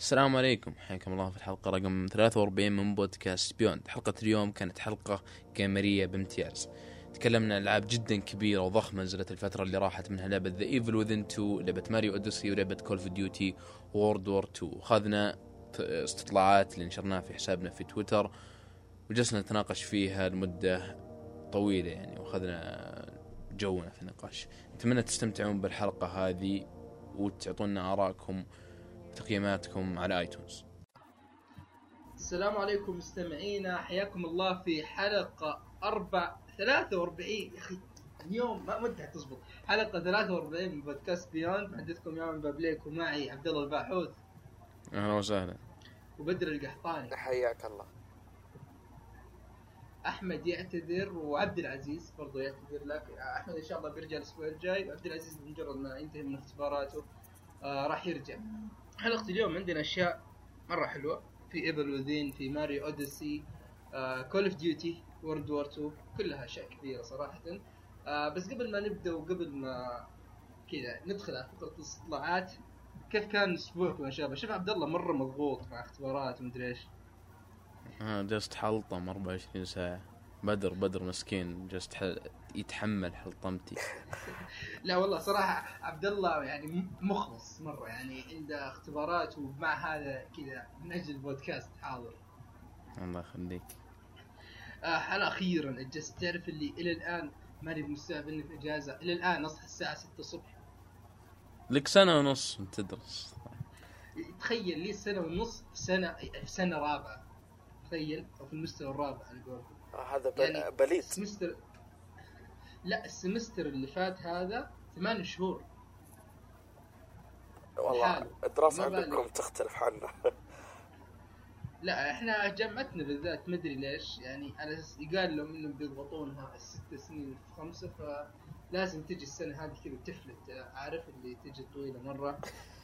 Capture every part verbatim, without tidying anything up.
السلام عليكم، حياكم الله في الحلقة رقم ثلاثة وأربعين من بودكاست بيوند. حلقة اليوم كانت حلقة جيمرية بامتياز. تكلمنا عن ألعاب جدا كبيرة وضخمة نزلت الفترة اللي راحت، منها لعبة The Evil Within تو، لعبة ماريو أوديسي، ولعبة Call of Duty World War تو. خذنا استطلاعات اللي نشرناها في حسابنا في تويتر وجلسنا نتناقش فيها لمدة طويلة يعني، وخذنا جونا في النقاش. أتمنى تستمتعون بالحلقة هذه وتعطونا آراءكم تقييماتكم على آيتونز. السلام عليكم مستمعينا، حياكم الله في حلقة أربع ثلاثة وأربعين. يا أخي اليوم ما مدها تزبط. حلقة ثلاثة وأربعين من بودكاست بيوند. عندكم يوم بابليك ومعي عبد الله الباحوث. أهلا وسهلا. وبدر القحطاني. حياك الله. أحمد يعتذر وعبد العزيز برضو يعتذر لك. أحمد إن شاء الله بيرجع الأسبوع الجاي، وعبد العزيز بمجرد ما ينتهي من اختباراته آه راح يرجع. حلقة اليوم عندنا أشياء مرة حلوة، في إيفل وذين، في ماريو أوديسي، كول اوف ديوتي، وورلد وور تو، كلها أشياء كثيرة صراحة. آه بس قبل ما نبدأ وقبل ما كذا ندخل على فقرة الاستطلاعات، كيف كان أسبوعكم يا شباب؟ شوف عبد الله مرة مضغوط مع اختبارات ومدري إيش. آه جلست حلطم أربعة وعشرين ساعة. بدر بدر مسكين جلست حل... يتحمل حلطمتي. لا والله صراحة عبد الله يعني مخلص مرة، يعني عنده اختبارات ومع هذا كذا من أجل البودكاست حاضر. الله يخليك. آه أنا أخيرا أجلست. تعرف اللي إلى الآن ماني بمستوعب إني في إجازة. إلى الآن أصحى الساعة ستة الصبح. لك سنة ونص تدرس. تخيل لي سنة ونص في سنة في سنة رابعة. تخيل، أو في المستوى الرابع على قولكم. هذا يعني بليد. السمستر لا السمستر اللي فات هذا ثمان شهور. والله الدراسة عندكم تختلف عنا. لا احنا جامعتنا بالذات مدري ليش، يعني على اساس يقال لهم انهم بيضبطونها الست سنين في خمسة، فلازم تجي السنة هذه كذا تفلت، عارف اللي تجي طويلة مرة.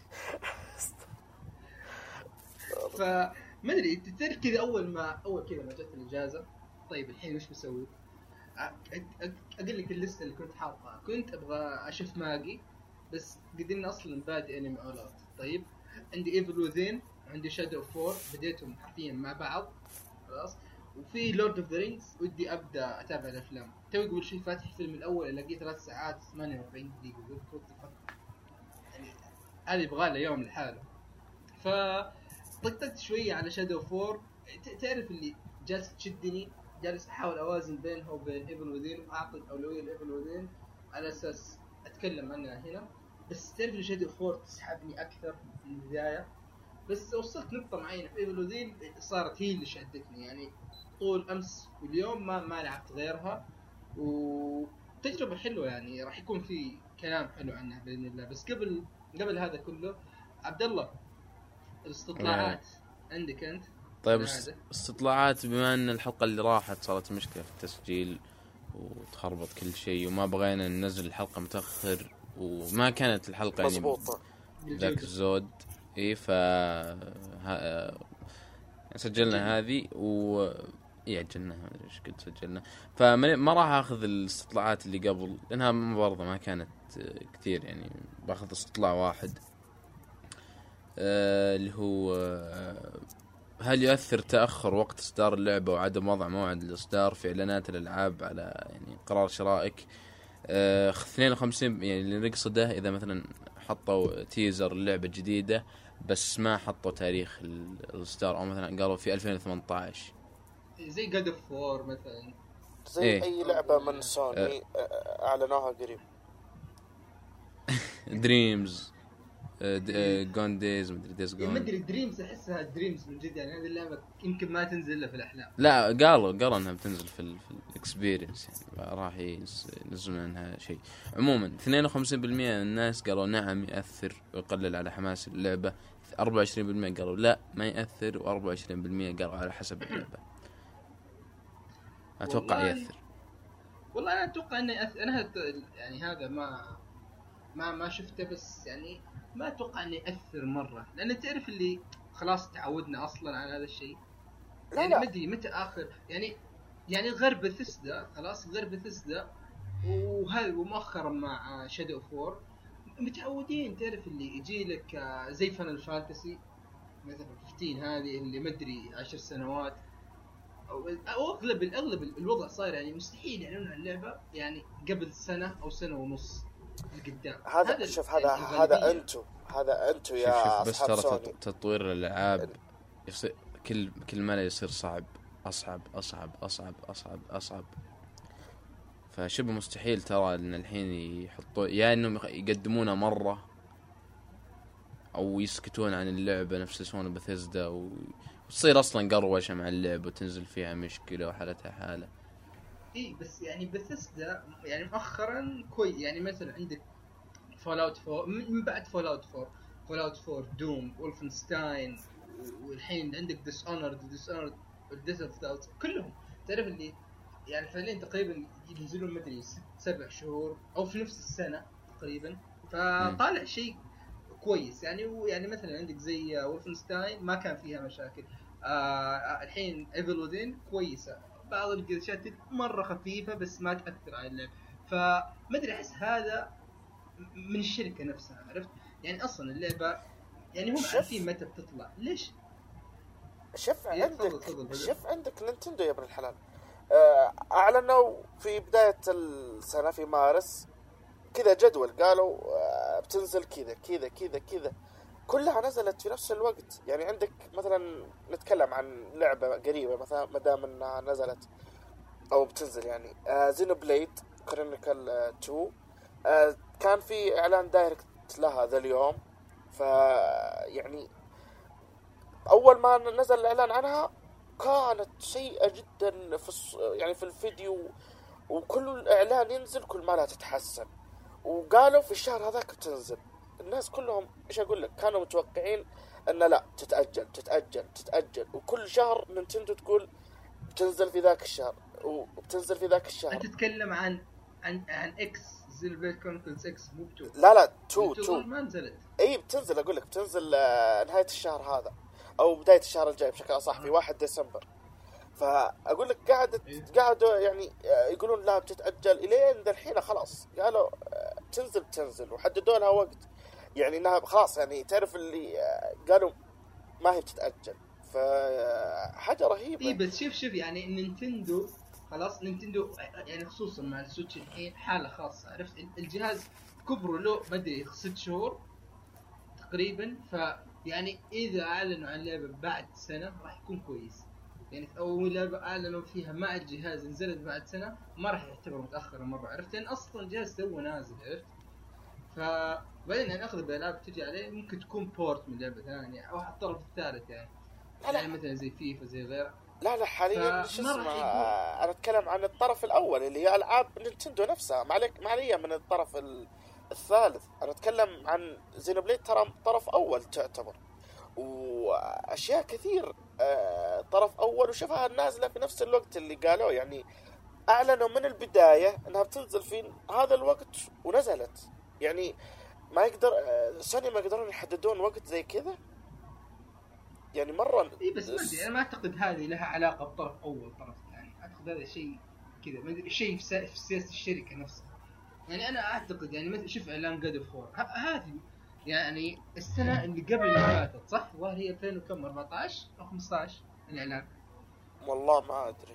فمدري تعرف كذا اول ما اول كذا ما جت الاجازة، طيب الحين وش بسوي؟ اقول لك الليسته اللي كنت حاطها. كنت ابغى اشوف ماجي، بس قدرنا اصلا بادئ انمي اولاد. طيب عندي ايفل وذين، عندي شادو فور، بديتهم حرفيا مع بعض خلاص. وفي لورد اوف ذا رينجز ودي ابدا اتابع الافلام. توي قبل شوي فاتح الفيلم الاول الاقيه ثلاث ساعات ثمانية وأربعين دقيقه. قلت يعني هذا يبغى له يوم لحاله. فطقطقت شويه على شادو فور. تعرف اللي جالس تشدني، جالس احاول اوازن بينها وبين ايفل وذين، واعطي اولويه لايفل وذين على اساس اتكلم عنها هنا. بس تعرف ان شادو فور تسحبني اكثر من البدايه، بس وصلت نقطه معينه في ايفل وذين صارت هي اللي شدتني. يعني طول امس واليوم ما ما لعبت غيرها، وتجربه حلوه يعني. راح يكون في كلام حلو عنها باذن الله. بس قبل قبل هذا كله عبد الله، الاستطلاعات عندك انت؟ طيب استطلاعات، بما ان الحلقة اللي راحت صارت مشكلة في التسجيل وتخربط كل شيء، وما بغينا ننزل الحلقة متأخر، وما كانت الحلقة يعني ذاك الزود. ايه ف ها... سجلنا هذه و يعجلنا ما ادري ايش قد سجلنا. فما راح اخذ الاستطلاعات اللي قبل لانها برضه ما كانت كثير، يعني باخذ استطلاع واحد آه اللي هو آه هل يؤثر تأخر وقت إصدار اللعبة وعدم وضع موعد الإصدار في إعلانات الألعاب على يعني قرار شرائك؟ آه اثنين وخمسين يعني اللي نقصده إذا مثلا حطوا تيزر اللعبة الجديدة بس ما حطوا تاريخ الإصدار، أو مثلا قالوا في ألفين وثمانية عشر زي God of War مثلا، زي إيه؟ أي لعبة من سوني آه. أعلنوها قريب. دريمز جون دايز مدري دايز جون مدري دريمز، احسها دريمز من جد. يعني هذه اللعبه يمكن ما تنزل الا في الاحلام. لا قالوا قالوا انها بتنزل في ال في الاكسبيرينس، يعني راح ينزلون عنها شيء. عموما اثنين وخمسين بالمئة من الناس قالوا نعم يأثر ويقلل على حماس اللعبه، أربعة وعشرين بالمئة قالوا لا ما يأثر، وأربعة وعشرين بالمئة قالوا على حسب اللعبه. اتوقع والله يأثر. والله انا اتوقع انه يأثر. انا يعني هذا ما ما ما شفته، بس يعني ما اتوقع انه ياثر مره، لان تعرف اللي خلاص تعودنا اصلا على هذا الشيء. يعني ما ادري متى اخر يعني يعني غير بثسدا خلاص، غير بثسدا وهل ومؤخرا مع شادو فور متعودين. تعرف اللي يجي لك زي فان الفانتسي مثلا خمستاشر هذه اللي مدري عشر سنوات او او اغلب الاغلب الوضع صاير يعني مستحيل يعلنون اللعبه يعني قبل سنه او سنه ونص لقدام. هذا شوف هذا يعني هذا انتو هذا انتو يا بس اصحاب ترى سوني. تطوير الالعاب يصير كل كل ما يصير صعب اصعب اصعب اصعب اصعب اصعب فشبه مستحيل ترى ان الحين يحطوا يا يعني انهم يقدمونه مره او يسكتون عن اللعبه نفس سوني بثيزدا و... وتصير اصلا قروشه مع اللعبه وتنزل فيها مشكله وحالتها حاله. اي بس يعني بثيزدا يعني مؤخرا كويس يعني مثلا عندك فول اوت فور من بعد فول اوت فور فول اوت فور دوم وولفنستاين والحين عندك ديس اونرد ديس اونرد وديس كلهم تعرف اللي يعني فعليا تقريبا ينزلون مدري ست سبع شهور او في نفس السنه تقريبا فطالع شيء كويس يعني. ويعني مثلا عندك زي وولفنستاين ما كان فيها مشاكل آه الحين ايفل وذين كويسه بعض الجلتشات مره خفيفه بس ما تاثر على اللعب فما ادري احس هذا من الشركه نفسها عرفت يعني اصلا اللعبه يعني هم عارفين متى بتطلع ليش. شوف عندك فضل فضل شوف عندك نينتندو يا ابن الحلال اعلنوا في بدايه السنه في مارس كذا جدول قالوا بتنزل كذا كذا كذا كذا كلها نزلت في نفس الوقت. يعني عندك مثلا نتكلم عن لعبه قريبه مثلا ما دام انها نزلت او بتنزل يعني زينو بليد كرونيكل اثنين آه كان في اعلان دايركت لها ذا اليوم. ف يعني اول ما نزل الاعلان عنها كانت سيئه جدا في الص... يعني في الفيديو وكل اعلان ينزل كل ما لا تتحسن. وقالوا في الشهر هذاك بتنزل. الناس كلهم ايش اقول لك كانوا متوقعين ان لا تتاجل تتاجل تتاجل وكل شهر نينتندو تقول بتنزل في ذاك الشهر وبتنزل في ذاك الشهر. انت تتكلم عن عن عن اكس زي بيت كونفرنس اكس مو تو. لا لا تو تو ما نزلت. اي بتنزل اقول لك بتنزل نهايه الشهر هذا او بدايه الشهر الجاي بشكل اصح في واحد ديسمبر. فاقول لك قاعد قاعدوا يعني يقولون لا بتتاجل الين الحين خلاص قالوا بتنزل بتنزل وحددوا لها وقت يعني انها خلاص يعني تعرف اللي قالوا ما هي بتتاجل. فحاجه رهيبه. اي بس شوف شوف يعني نينتندو خلاص نينتندو يعني خصوصا مع السويتش الحين حاله خاصه عرفت الجهاز كبره له ما ادري ست شهور تقريبا. ف يعني اذا اعلنوا عن لعبه بعد سنه راح يكون كويس يعني او لعبه اعلنوا فيها مع الجهاز نزلت بعد سنه ما راح يعتبر متاخر مره عرفت لان اصلا الجهاز تو نازل عرفت. فبعدين يعني اغلب الالعاب تجي عليه ممكن تكون بورت من لعبه ثانيه او حتى الطرف الثالث يعني يعني مثلا زي فيفا زي غيره. لا لا حاليا شو اسمه انا اتكلم عن الطرف الاول اللي هي العاب نينتندو نفسها ما عليك ما عليا من الطرف الثالث. انا اتكلم عن زينوبليد ترى طرف اول تعتبر واشياء كثير طرف اول وشوفها نازله في نفس الوقت اللي قالوا يعني اعلنوا من البدايه انها بتنزل في هذا الوقت ونزلت. يعني ما يقدر سوني ما يقدرون يحددون وقت زي كذا يعني مره. اي بس ما ادري انا ما اعتقد هذه لها علاقه بطرف اول طرف ثاني. اعتقد هذا شيء كذا ما ادري شيء في سياسه الشركه نفسها. يعني انا اعتقد يعني مثل شوف اعلان جاد اوف وور هذه يعني السنه اللي قبل اللي فاتت صح ظهر هي ألفين وكم أربعتاشر او خمسطعش الاعلان والله ما ادري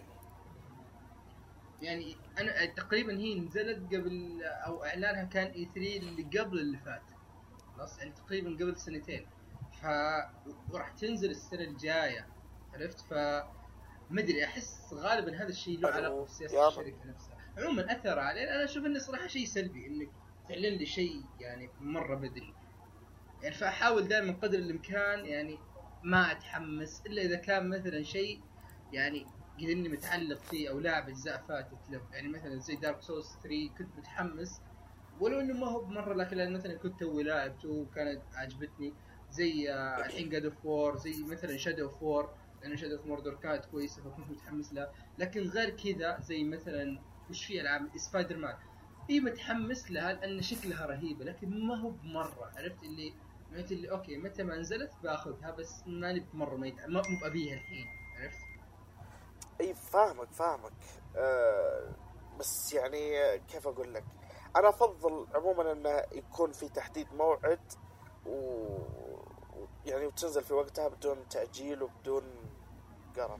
يعني انا تقريبا هي نزلت قبل او اعلانها كان اي ثلاثة اللي قبل اللي فات خلاص يعني تقريبا قبل سنتين. ف وراح تنزل السنه الجايه عرفت. ف ما ادري احس غالبا هذا الشيء له علاقه بسياسه الشركه نفسها. عموما اثر عليه انا اشوف انه صراحه شيء سلبي انك تعلن لي شيء يعني مره بدري يعني. فاحاول دائما قدر الامكان يعني ما اتحمس الا اذا كان مثلا شيء يعني قد اني متعلق فيه او لاعب اجزاء فاتت له يعني مثلا زي دارك سولز ثلاثة كنت متحمس ولو انه ما هو بمره لكن مثلا كنت توي لاعبته وكانت عجبتني زي الحين جاد اوف وور زي مثلا شادو اوف وور لأن شادو اوف موردر كانت كويسه فكنت متحمس لها. لكن غير كذا زي مثلا وش في العاب سبايدر مان في متحمس لها لان شكلها رهيبه لكن ما هو بمره عرفت اللي متى اللي اوكي متى ما نزلت باخذها بس ماني بمره ما يتع... ما مو بابيها الحين عرفت. اي فاهمك فاهمك أه بس يعني كيف اقول لك انا افضل عموما انه يكون في تحديد موعد و... يعني وتنزل في وقتها بدون تأجيل وبدون قرف.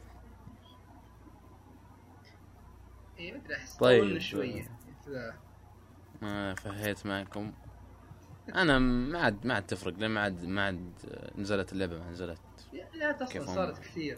ايه ما ادري احس طيب. طولنا شويه. ما فهيت معكم. انا ما عاد ما عاد تفرق لما ما عاد ما عاد نزلت اللعبه ما نزلت. لا تصل صارت كثيره.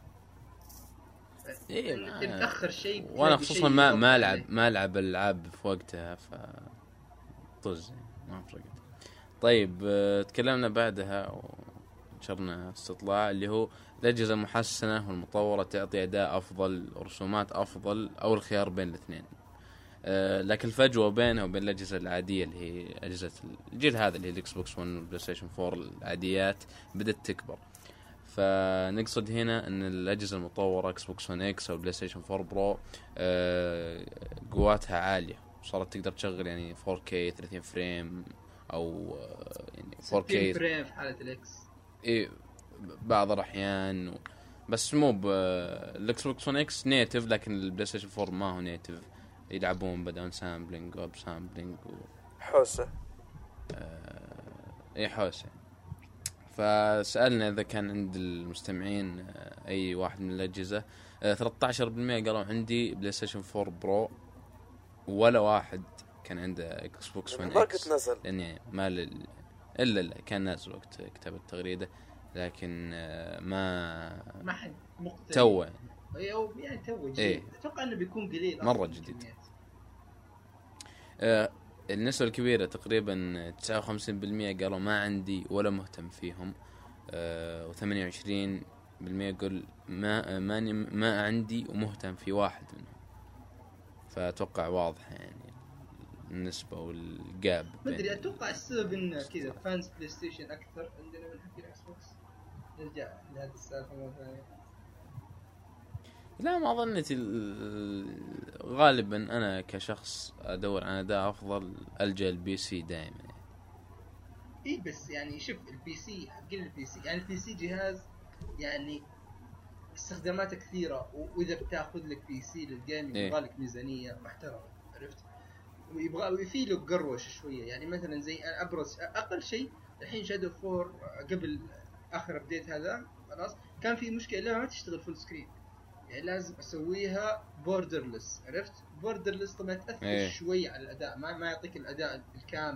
إيه تتاخر شيء وانا خصوصا ما ما العب ما العب العاب في وقتها ف طز ما فرقت. طيب تكلمنا بعدها ونشرنا استطلاع اللي هو الأجهزة المحسنة والمطورة تعطي أداء أفضل، رسومات أفضل، أو الخيار بين الاثنين. أه لكن الفجوة بينها وبين الأجهزة العادية اللي هي أجهزة الجيل هذا اللي هي الإكس بوكس ون والبلاي ستيشن فور العاديات بدأت تكبر. فنقصد هنا أن الأجهزة المطورة إكس بوكس ون إكس أو البلاي ستيشن فور برو أه قواتها عالية، صارت تقدر تشغل يعني فور كي ثلاثين فريم أو يعني فور كي فريم في حالة الإكس. إيه بعض الأحيان و... بس مو بالإكس بوكس ون إكس نيتيف، لكن البلاي ستيشن فور ما هو نيتيف، يلعبون بدون سامبلينج واب سامبلينج و... حوسة. آه... إيه حوسة. فسألنا إذا كان عند المستمعين آه أي واحد من الأجهزة، آه ثلاثة عشر بالمئة قالوا عندي بلاي ستيشن فور برو، ولا واحد كان عنده إكس بوكس ون إكس لأن ما لل... إلا لا كان نازل وقت كتاب التغريدة، لكن آه ما ما حد مقتنع توه يعني توه جديد. إيه؟ أتوقع إنه بيكون قليل مرة جديد. آه النسبة الكبيرة تقريبا تسعة وخمسين بالمئة قالوا ما عندي ولا مهتم فيهم، آه وثمانية وعشرين بالمئة يقول ما ماني ما عندي ومهتم في واحد منهم. فأتوقع واضح يعني النسبة والجاب. ما أدري أتوقع السبب إن كذا فانز بلاي ستيشن أكثر عندنا من حق الإكس بوكس. نرجع لهذه السالفة مرة ثانية. لا ما ظنيت. غالبا أنا كشخص أدور عن أداء أفضل ألجأ البي سي دائما. إيه بس يعني شوف البي سي حق البي سي يعني البي سي جهاز يعني استخداماته كثيرة، وإذا بتاخذ لك بي سي للجيمنج يبغى لك ميزانية محترمة، عرفت؟ ويبغى ويفي له قروش شوية. يعني مثلا زي أبرز أقل شيء الحين شادو فور قبل آخر أبديت هذا خلاص كان في مشكلة ما تشتغل فول سكرين، يعني لازم أسويها بوردرلس، عرفت؟ بوردرلس طبعا تأثر إيه. شوية على الأداء، ما ما يعطيك الأداء الكامل.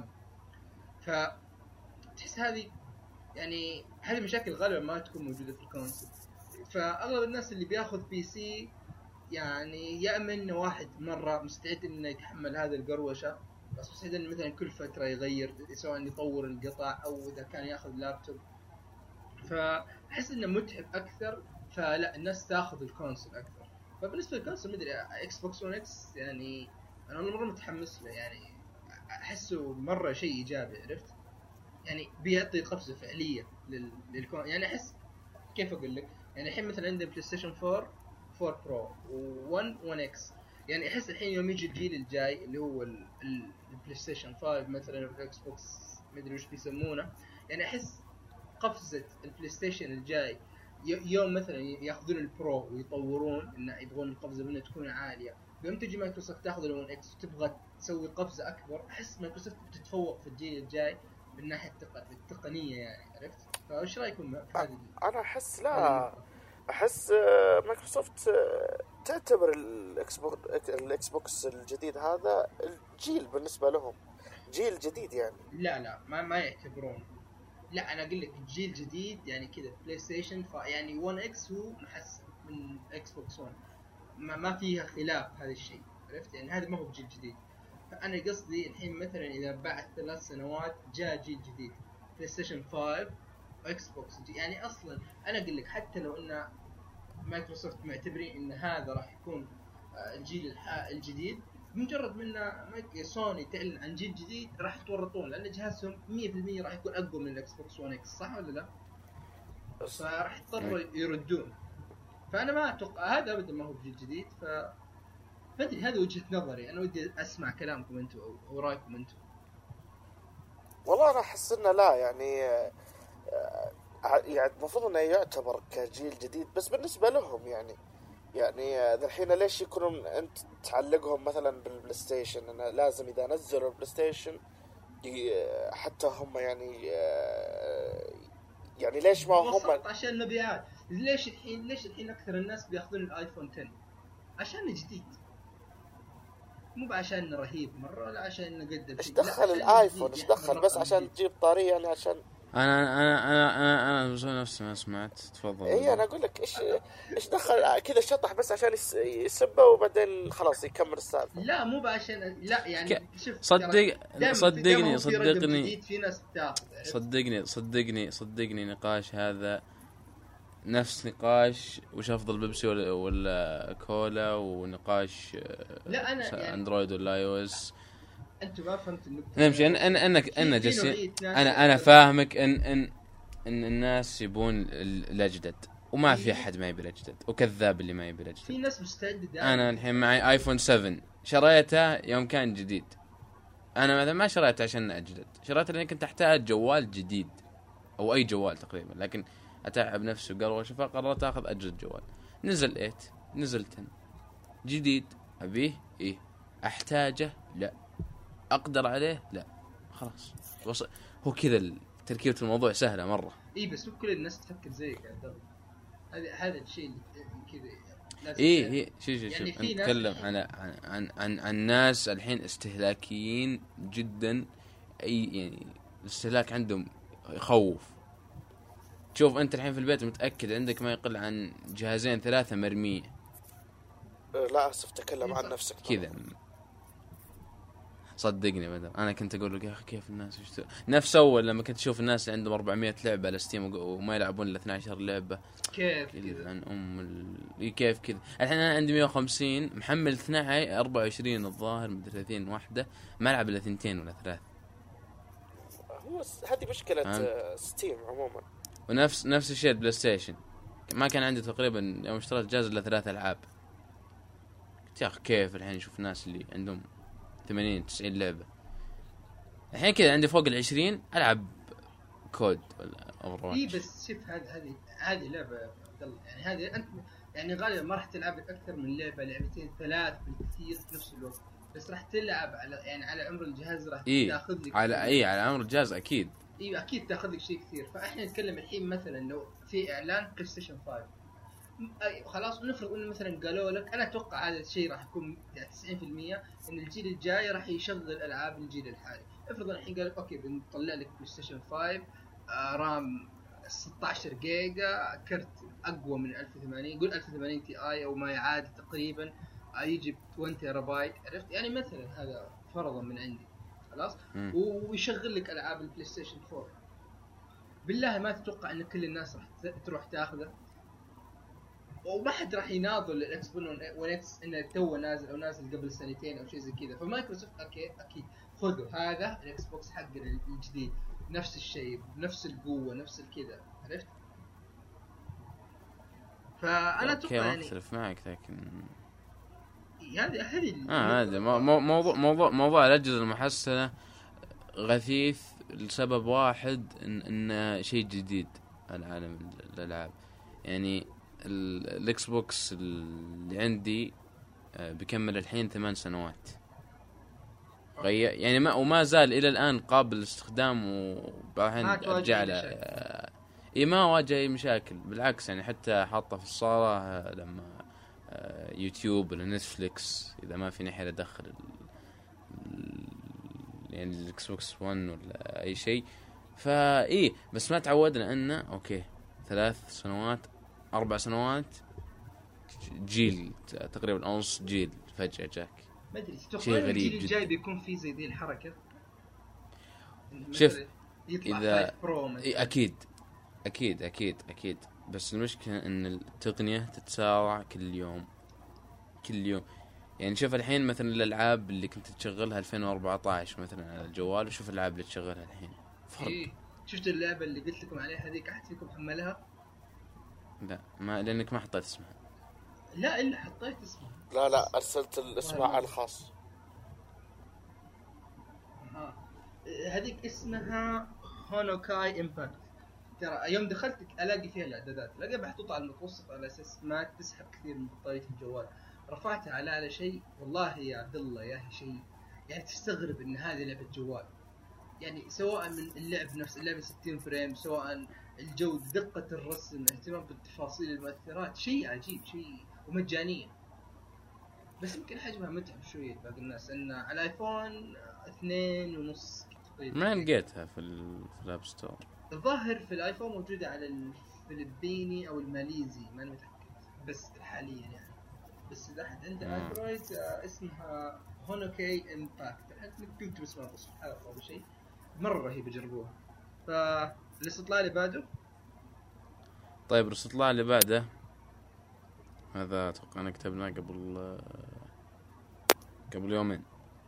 فتحس هذه يعني هذه مشاكل غالبا ما تكون موجودة في الكونسول. فأغلب الناس اللي بياخذ بي سي يعني يأمن إنه واحد مرة مستعد إنه يتحمل هذا القروشة، بس مستعد إنه مثلا كل فترة يغير، سواء يطور القطع أو إذا كان ياخذ لابتوب. فأحس إنه متعب أكثر، فلا الناس تاخذ الكونسول أكثر. فبالنسبة للكونسول مدري إكس بوكس ون إكس يعني أنا مرة متحمس له، يعني أحسه مرة شيء إيجابي، عرفت؟ يعني بيعطي قفزة فعلية لل للكون. يعني أحس كيف أقول لك، يعني الحين مثلا عندنا بلاي ستيشن فور فور برو و1 ون إكس، يعني أحس الحين يوم يجي الجيل الجاي اللي هو البلاي ستيشن فايف مثلا والإكس بوكس مدري وش بيسمونه، يعني أحس قفزة البلاي ستيشن الجاي يوم مثلا ياخذون البرو ويطورون إنه يبغون القفزة منه تكون عالية، يوم تجي مايكروسوفت تاخذ الون إكس وتبغى تسوي قفزة أكبر، أحس مايكروسوفت بتتفوق في الجيل الجاي من ناحية التقنية، يعني عرفت؟ فايش رايكم في هذه؟ انا احس لا احس مايكروسوفت تعتبر الاكس بوكس الاكس بوكس الجديد هذا الجيل بالنسبه لهم جيل جديد يعني. لا لا ما ما يعتبرون. لا انا اقول لك جيل جديد يعني كذا بلاي ستيشن يعني ون إكس هو محسن من اكس بوكس ون، ما, ما فيها خلاف هذا الشيء، عرفت؟ يعني هذا ما هو جيل جديد. فانا قصدي الحين مثلا اذا بعد ثلاث سنوات جاء جيل جديد بلاي ستيشن فايف واكس بوكس، يعني اصلا انا اقول لك حتى لو ان مايكروسوفت معتبرين ان هذا راح يكون الجيل الجديد، بمجرد من سوني تعلن عن جيل جديد راح يتورطون، لان جهازهم مية بالمية راح يكون اقوى من الاكس بوكس ون إكس، صح ولا لا؟ فراح يضطروا يردون. فانا ما اتوقع هذا ابدا ما هو جيل جديد. ف فادري هذه وجهة نظري، انا ودي اسمع كلامكم انتم او رايكم انتم. والله انا احس انه لا يعني يعني المفروض انه يعتبر كجيل جديد، بس بالنسبه لهم يعني يعني الحين ليش يكونون انت تعلقهم مثلا بالبلاي ستيشن، انه لازم اذا نزلوا البلاي ستيشن حتى هم يعني يعني ليش ما هم وصلت عشان المبيعات. ليش الحين ليش الحين اكثر الناس بياخذون الايفون عشرة؟ عشان جديد، مو عشان رهيب مره ولا عشان نقدم. ايش دخل الايفون؟ ايش دخل بس عشان تجيب طاريه يعني؟ عشان انا انا انا انا انا بسوي نفسي ما سمعت. تفضل. اي انا اقول لك ايش ايش دخل كذا شطح بس عشان يسبه وبعدين خلاص يكمل السالفه. لا مو عشان لا يعني ك... شوف صدق صدقني صدقني في ناس بتاخذ. صدقني صدقني صدقني نقاش هذا نفس نقاش وش افضل بيبسي ولا, ولا كولا، ونقاش لا انا يعني اندرويد ولا اي او اس. انت ما فهمت النقطه. نمشي انا انا انك انا جالسين انا انا فاهمك ان ان ان الناس يبون الاجدد وما في احد ما يبي الاجدد، وكذاب اللي ما يبي الاجدد. في ناس مستعده. انا الحين معي ايفون سبعة شريته يوم كان جديد. انا مثلا ما شريته عشان اجدد، شريته لاني كنت احتاج جوال جديد او اي جوال تقريبا، لكن اتعب نفسي وقروشه فقررت اخذ اجدد جوال. نزل ثمانية، نزل عشرة جديد، ابيه ايه، احتاجه لا، اقدر عليه لا، خلاص وصل. هو كذا تركيبه الموضوع سهله مره. اي بس مو كل الناس تفكر زيك يا عبد الله. هذا هذا الشيء اللي كذا لازم. ايه ايه شوف شوف يعني شوف نتكلم عن عن عن عن عن ناس الحين استهلاكيين جدا. اي يعني الاستهلاك عندهم يخوف. شوف انت الحين في البيت متاكد عندك ما يقل عن جهازين ثلاثه مرميه. لا اسف تكلم عن نفسك كذا. صدقني بدر انا كنت اقول لك يا اخي كيف الناس يشتري نفس اول لما كنت اشوف الناس اللي عندهم أربعمية لعبه على ستيم وما يلعبون الا اثنتي عشرة لعبه. كيف كذا عن ام ال... كيف كذا. الحين انا عندي مية وخمسين محمل اثناشر أربعة وعشرين الظاهر مدري ثلاثين واحده، ما العب الا ثنتين ولا ثلاث. هو هذه مشكله ستيم عموما. ونفس نفس الشيء البلاي ستيشن، ما كان عندي تقريبا يوم اشتريت جهاز الا ثلاث العاب. يا اخي كيف الحين اشوف الناس اللي عندهم ثمانين تسعين لعبه. الحين كذا عندي فوق العشرين العب كود ولا اوفر. اي بس شوف هذه هذه هذه لعبه عبد الله، يعني هذه انت يعني غالبا ما راح تلعب اكثر من لعبه لعبتين ثلاث بالكثير في نفس الوقت، بس راح تلعب على يعني على عمر الجهاز راح إيه؟ تاخذ لك على اي على عمر الجهاز اكيد. اي اكيد تاخذ لك شيء كثير. فاحنا نتكلم الحين مثلا لو في اعلان بلاي ستيشن خمسة خلاص نفرض انه مثلا قالوا لك، انا اتوقع هذا الشيء راح يكون يعني تسعين بالمية ان الجيل الجاي راح يشغل العاب الجيل الحالي. افرض الحين قال لك اوكي بنطلع لك بلاي ستيشن خمسة آه رام ستة عشر جيجا، كرت اقوى من ألف وثمانين، قول ألف وثمانين تي اي او ما يعادل تقريبا، آه يجي اثنين تيرا بايت، عرفت يعني مثلا هذا فرضا من عندي خلاص، ويشغل لك العاب البلاي ستيشن أربعة. بالله ما تتوقع ان كل الناس راح تروح تاخذه؟ وما حد راح يناظر للاكس بوكس ون اكس انه تو نازل او نازل قبل سنتين او شيء زي كذا. فمايكروسوفت اوكي اكيد خذوا هذا الاكس بوكس حق الجديد نفس الشيء نفس القوه نفس الكذا، عرفت؟ فانا اتوقع يعني اختلف معك لكن هذه هذه اه هذا موضوع موضوع موضوع الاجهزه المحسنه غثيث لسبب واحد ان ان شيء جديد على عالم الالعاب. يعني الاكس بوكس اللي عندي بيكمل الحين ثمان سنوات غير يعني ما وما زال الى الان قابل للاستخدام، وبعدين ارجع له اي ما واجه اي مشاكل بالعكس. يعني حتى حاطه في الصاله لما يوتيوب ولا نتفليكس اذا ما في ناحيه ادخل يعني الاكس بوكس واحد ولا اي شيء. فايه بس ما تعودنا انه اوكي ثلاث سنوات اربع سنوات جيل تقريبا نص جيل فجأة جاك. ما ادري تتوقع الجيل الجاي بيكون في زي ذي الحركه؟ شوف يطلع اذا برو اكيد اكيد اكيد اكيد بس المشكله ان التقنيه تتسارع كل يوم كل يوم. يعني شوف الحين مثلا الالعاب اللي كنت تشغلها ألفين وأربعطعش مثلا على الجوال، وشوف الالعاب اللي تشغلها الحين فرق. إيه. شفت اللعبه اللي قلت لكم عليها هذيك احد فيكم حملها؟ لا ما لانك ما حطيت اسمها. لا الا حطيت اسمها. لا لا ارسلت الاسم على الخاص. ها هذيك اسمها هونوكاي امباكت. ترى يوم دخلت الاقي فيها الاعدادات الاقيها محطوطه على المتوسط على اساس ما تسحب كثير من بطاريه الجوال. رفعتها على على شيء والله يا عبد الله يا اخي شيء يعني تستغرب ان هذه لعبه جوال. يعني سواء من اللعب نفس اللعبه ستين فريم، سواء الجودة، دقة الرسم، اهتمام بالتفاصيل، المؤثرات، شيء عجيب، شيء ومجانية. بس يمكن حجمها متعب شوية باقي الناس، لأن على الايفون اثنين ونص تقريبا. ما لقيتها في ال- في الاب ستور. الظاهر في الايفون موجودة على الفلبيني او الماليزي، ما أنا متأكد بس حاليا يعني. بس اذا احد عنده آه. اندرويد آه، اسمها هونوكي امباكت، كنت بسمعها بس حلقة او شيء، مرة رهيبة، جربوها. فالاستطلاع اللي بعده طيب الاستطلاع اللي بعده هذا اتوقع انا كتبناه قبل قبل يومين.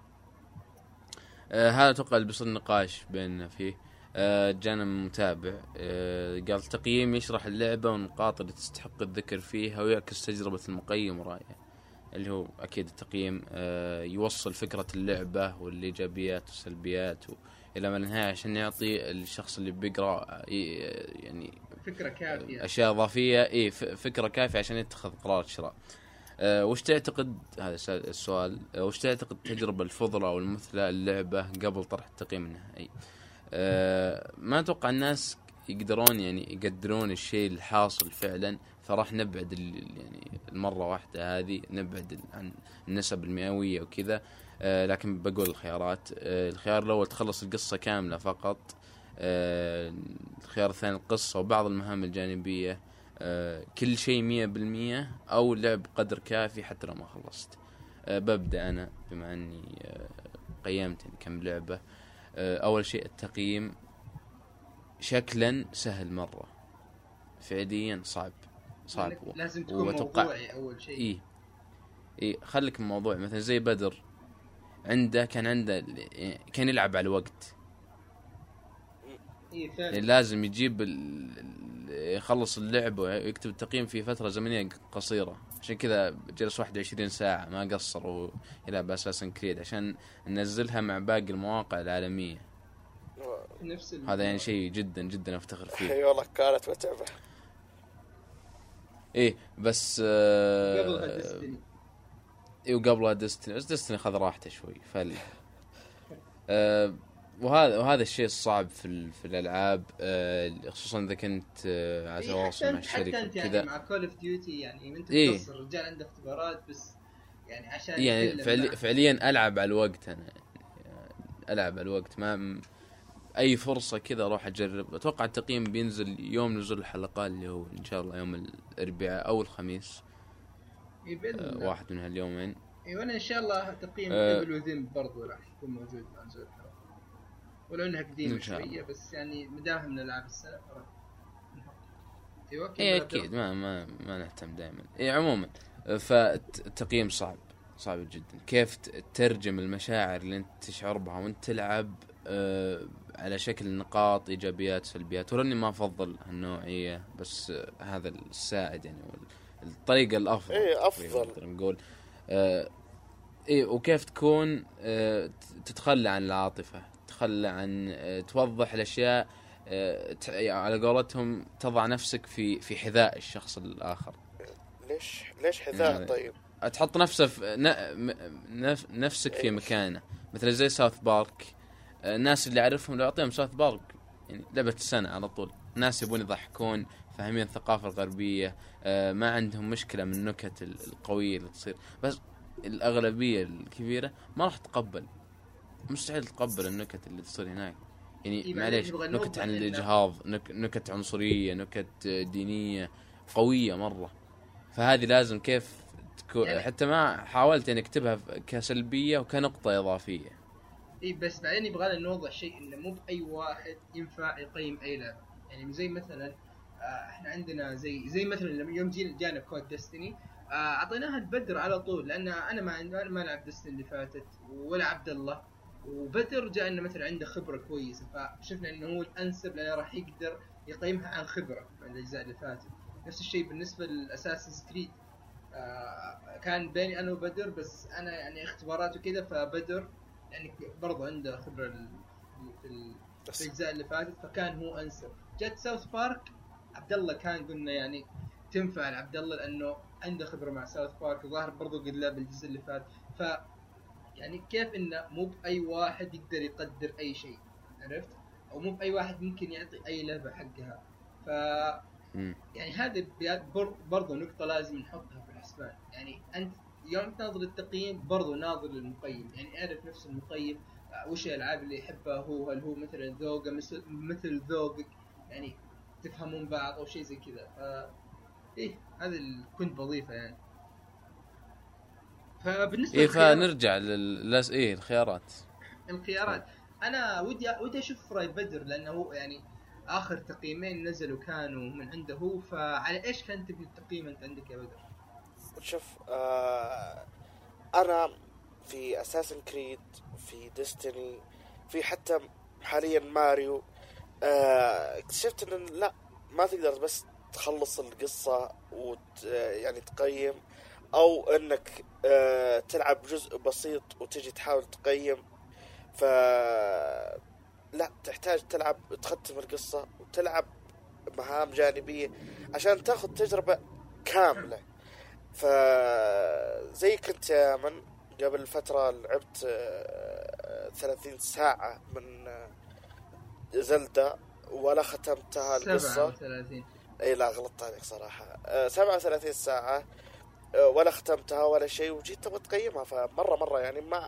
آه هذا اتوقع اللي بيصير نقاش بيننا فيه. آه جانا من متابع آه قال تقييم يشرح اللعبة والنقاط اللي تستحق الذكر فيها ويعكس تجربة المقيم ورأيه، اللي هو اكيد التقييم آه يوصل فكرة اللعبة والايجابيات والسلبيات الى ما النهاية عشان يعطي الشخص اللي بيقرأ يعني فكرة كافية، اشياء اضافيه، اي فكره كافيه عشان يتخذ قرار شراء. أه وش تعتقد، هذا السؤال، أه وش تعتقد التجربه الفضلة او المثلى اللعبه قبل طرح التقييم النهائي؟ أه ما اتوقع الناس يقدرون يعني يقدرون الشيء الحاصل فعلا، فراح نبعد يعني المره واحده هذه نبعد عن النسب المئويه وكذا. أه لكن بقول الخيارات. أه الخيار الاول تخلص القصه كامله فقط. آه الخيار الثاني القصة وبعض المهام الجانبية. آه كل شيء مية بالمية أو لعب قدر كافي حتى لو ما خلصت. آه ببدأ أنا بما أني آه قيمت يعني كم لعبة. آه أول شيء التقييم شكلا سهل مرة، فعليا صعب صعب. لازم تكون وأتوقع موضوعي أول شيء. إيه إيه خليك موضوع. مثلا زي بدر عنده كان عنده كان يلعب على الوقت. إيه يعني لازم يجيب ال... يخلص اللعبة ويكتب التقييم في فترة زمنية قصيرة، عشان كذا جلس واحد وعشرين ساعة ما قصر ويلعب أساسن كريد عشان ننزلها مع باقي المواقع العالمية. نفس هذا يعني شيء جدا جدا أفتخر فيه. اي والله كانت متعبة. إيه بس آه... قبلها ديستني. إيه وقبلها ديستني، بس ديستني خذ راحته شوي فل. آه... وهذا وهذا الشيء الصعب في ال... في الالعاب، آه... خصوصا اذا كنت آه... على تواصل مع الشركه كذا يعني مع كول اوف ديوتي. يعني انت إيه؟ تقصر الرجال عنده اختبارات بس يعني عشان يعني فعلي... فعليا العب على الوقت. انا العب على الوقت، ما اي فرصه كذا اروح اجرب. اتوقع التقييم بينزل يوم نزول الحلقه اللي هو ان شاء الله يوم الاربعاء او الخميس. آه... واحد من هاليومين. اي وانا ان شاء الله تقييم آه... قبل وذن برضو راح يكون موجود مع نزول الحلقه، ولو انها قديمه شويه بس يعني مداها من العاب السنه فرح نحط. ايوه ايه اكيد ما ما ما نهتم دائما. ايه عموما فالتقييم صعب صعب جدا. كيف تترجم المشاعر اللي انت تشعر بها وانت تلعب آه على شكل نقاط ايجابيات سلبيات، ولاني ما افضل هالنوعيه بس آه هذا السائد يعني الطريقه الافضل. ايه افضل نقول آه ايه. وكيف تكون آه تتخلى عن العاطفه، تتخلى عن آه توضح الاشياء آه على قولتهم تضع نفسك في في حذاء الشخص الاخر. ليش ليش حذاء يعني طيب؟ تحط نفسه في نف... نفسك في مكانه. مثل زي ساوث بارك، الناس اللي اعرفهم لو اعطيهم ساوث بارك يعني لعبة السنة على طول. ناس يبون يضحكون، فاهمين الثقافة الغربية، ما عندهم مشكلة من النكت القوية اللي تصير، بس الأغلبية الكبيرة ما راح تقبل، مستحيل تقبل النكت اللي تصير هناك. يعني معليش نكت عن الإجهاض، نك... نكت عنصرية، نكت دينية قوية مرة. فهذه لازم كيف تكون يعني حتى ما حاولت يعني اكتبها كسلبية وكنقطة إضافية. إيه بس بعدين يبغى نوضح شيء إنه مو بأي واحد ينفع يقيم أي لعبة. يعني زي مثلا آه إحنا عندنا زي زي مثلا لما يوم جينا جانا كود ديستني آه أعطيناها البدر على طول، لأن أنا ما أنا ما لعب ديستني اللي فاتت ولا عبد الله، وبدر جاء إنه مثلا عنده خبرة كويسة، فشفنا إنه هو الأنسب لأنه راح يقدر يقيمها عن خبرة من الأجزاء اللي فاتت. نفس الشيء بالنسبة للأساسنز كريد، آه كان بيني أنا وبدر، بس أنا يعني اختبارات وكذا، فبدر يعني برضو عنده خبرة في الأجزاء اللي فاتت فكان هو أنسب. جت ساوث بارك عبد الله كان قلنا يعني تنفع عبد الله لأنه عنده خبرة مع ساوث بارك، وظاهر برضو قد لعب الجزء اللي فات. ف يعني كيف إنه مو بأي واحد يقدر يقدر أي شيء، عرفت؟ أو مو بأي واحد ممكن يعطي أي لعبة حقها. ف مم. يعني هذه برضو نقطة لازم نحطها في الحسبان. يعني أنت يوم تناظر التقييم برضو ناظر للمقيم، يعني أعرف نفس المقيم وش الألعاب اللي يحبها هو، هل هو مثلا ذوقه مثل مثل ذوقك، يعني تفهمون بعض أو شيء زي كذا. ف إيه هذا اللي كنت بضيفه يعني. فبالنسبة إيه للخيارات، فنرجع لل إيه الخيارات الخيارات أنا ودي ودي أشوف راي بدر، لأنه هو يعني آخر تقييمين نزلوا كانوا من عنده هو. فعلى إيش كان تبي التقييم أنت عندك يا بدر؟ شوف آه انا في اساسن كريد، في ديستني، في حتى حاليا ماريو، آه اكتشفت ان لا، ما تقدر بس تخلص القصة وت يعني تقيم، او انك آه تلعب جزء بسيط وتجي تحاول تقيم. ف لا، تحتاج تلعب تختم القصة وتلعب مهام جانبية عشان تاخذ تجربة كاملة. فزي كنت يا من قبل فترة لعبت ثلاثين ساعة من زلدة ولا ختمتها القصة. سبعة وثلاثين. اي لا غلطت عليك صراحة، سبعة وثلاثين ساعة ولا ختمتها ولا شيء، وجيت تبغى تقيمها. فمرة مرة يعني ما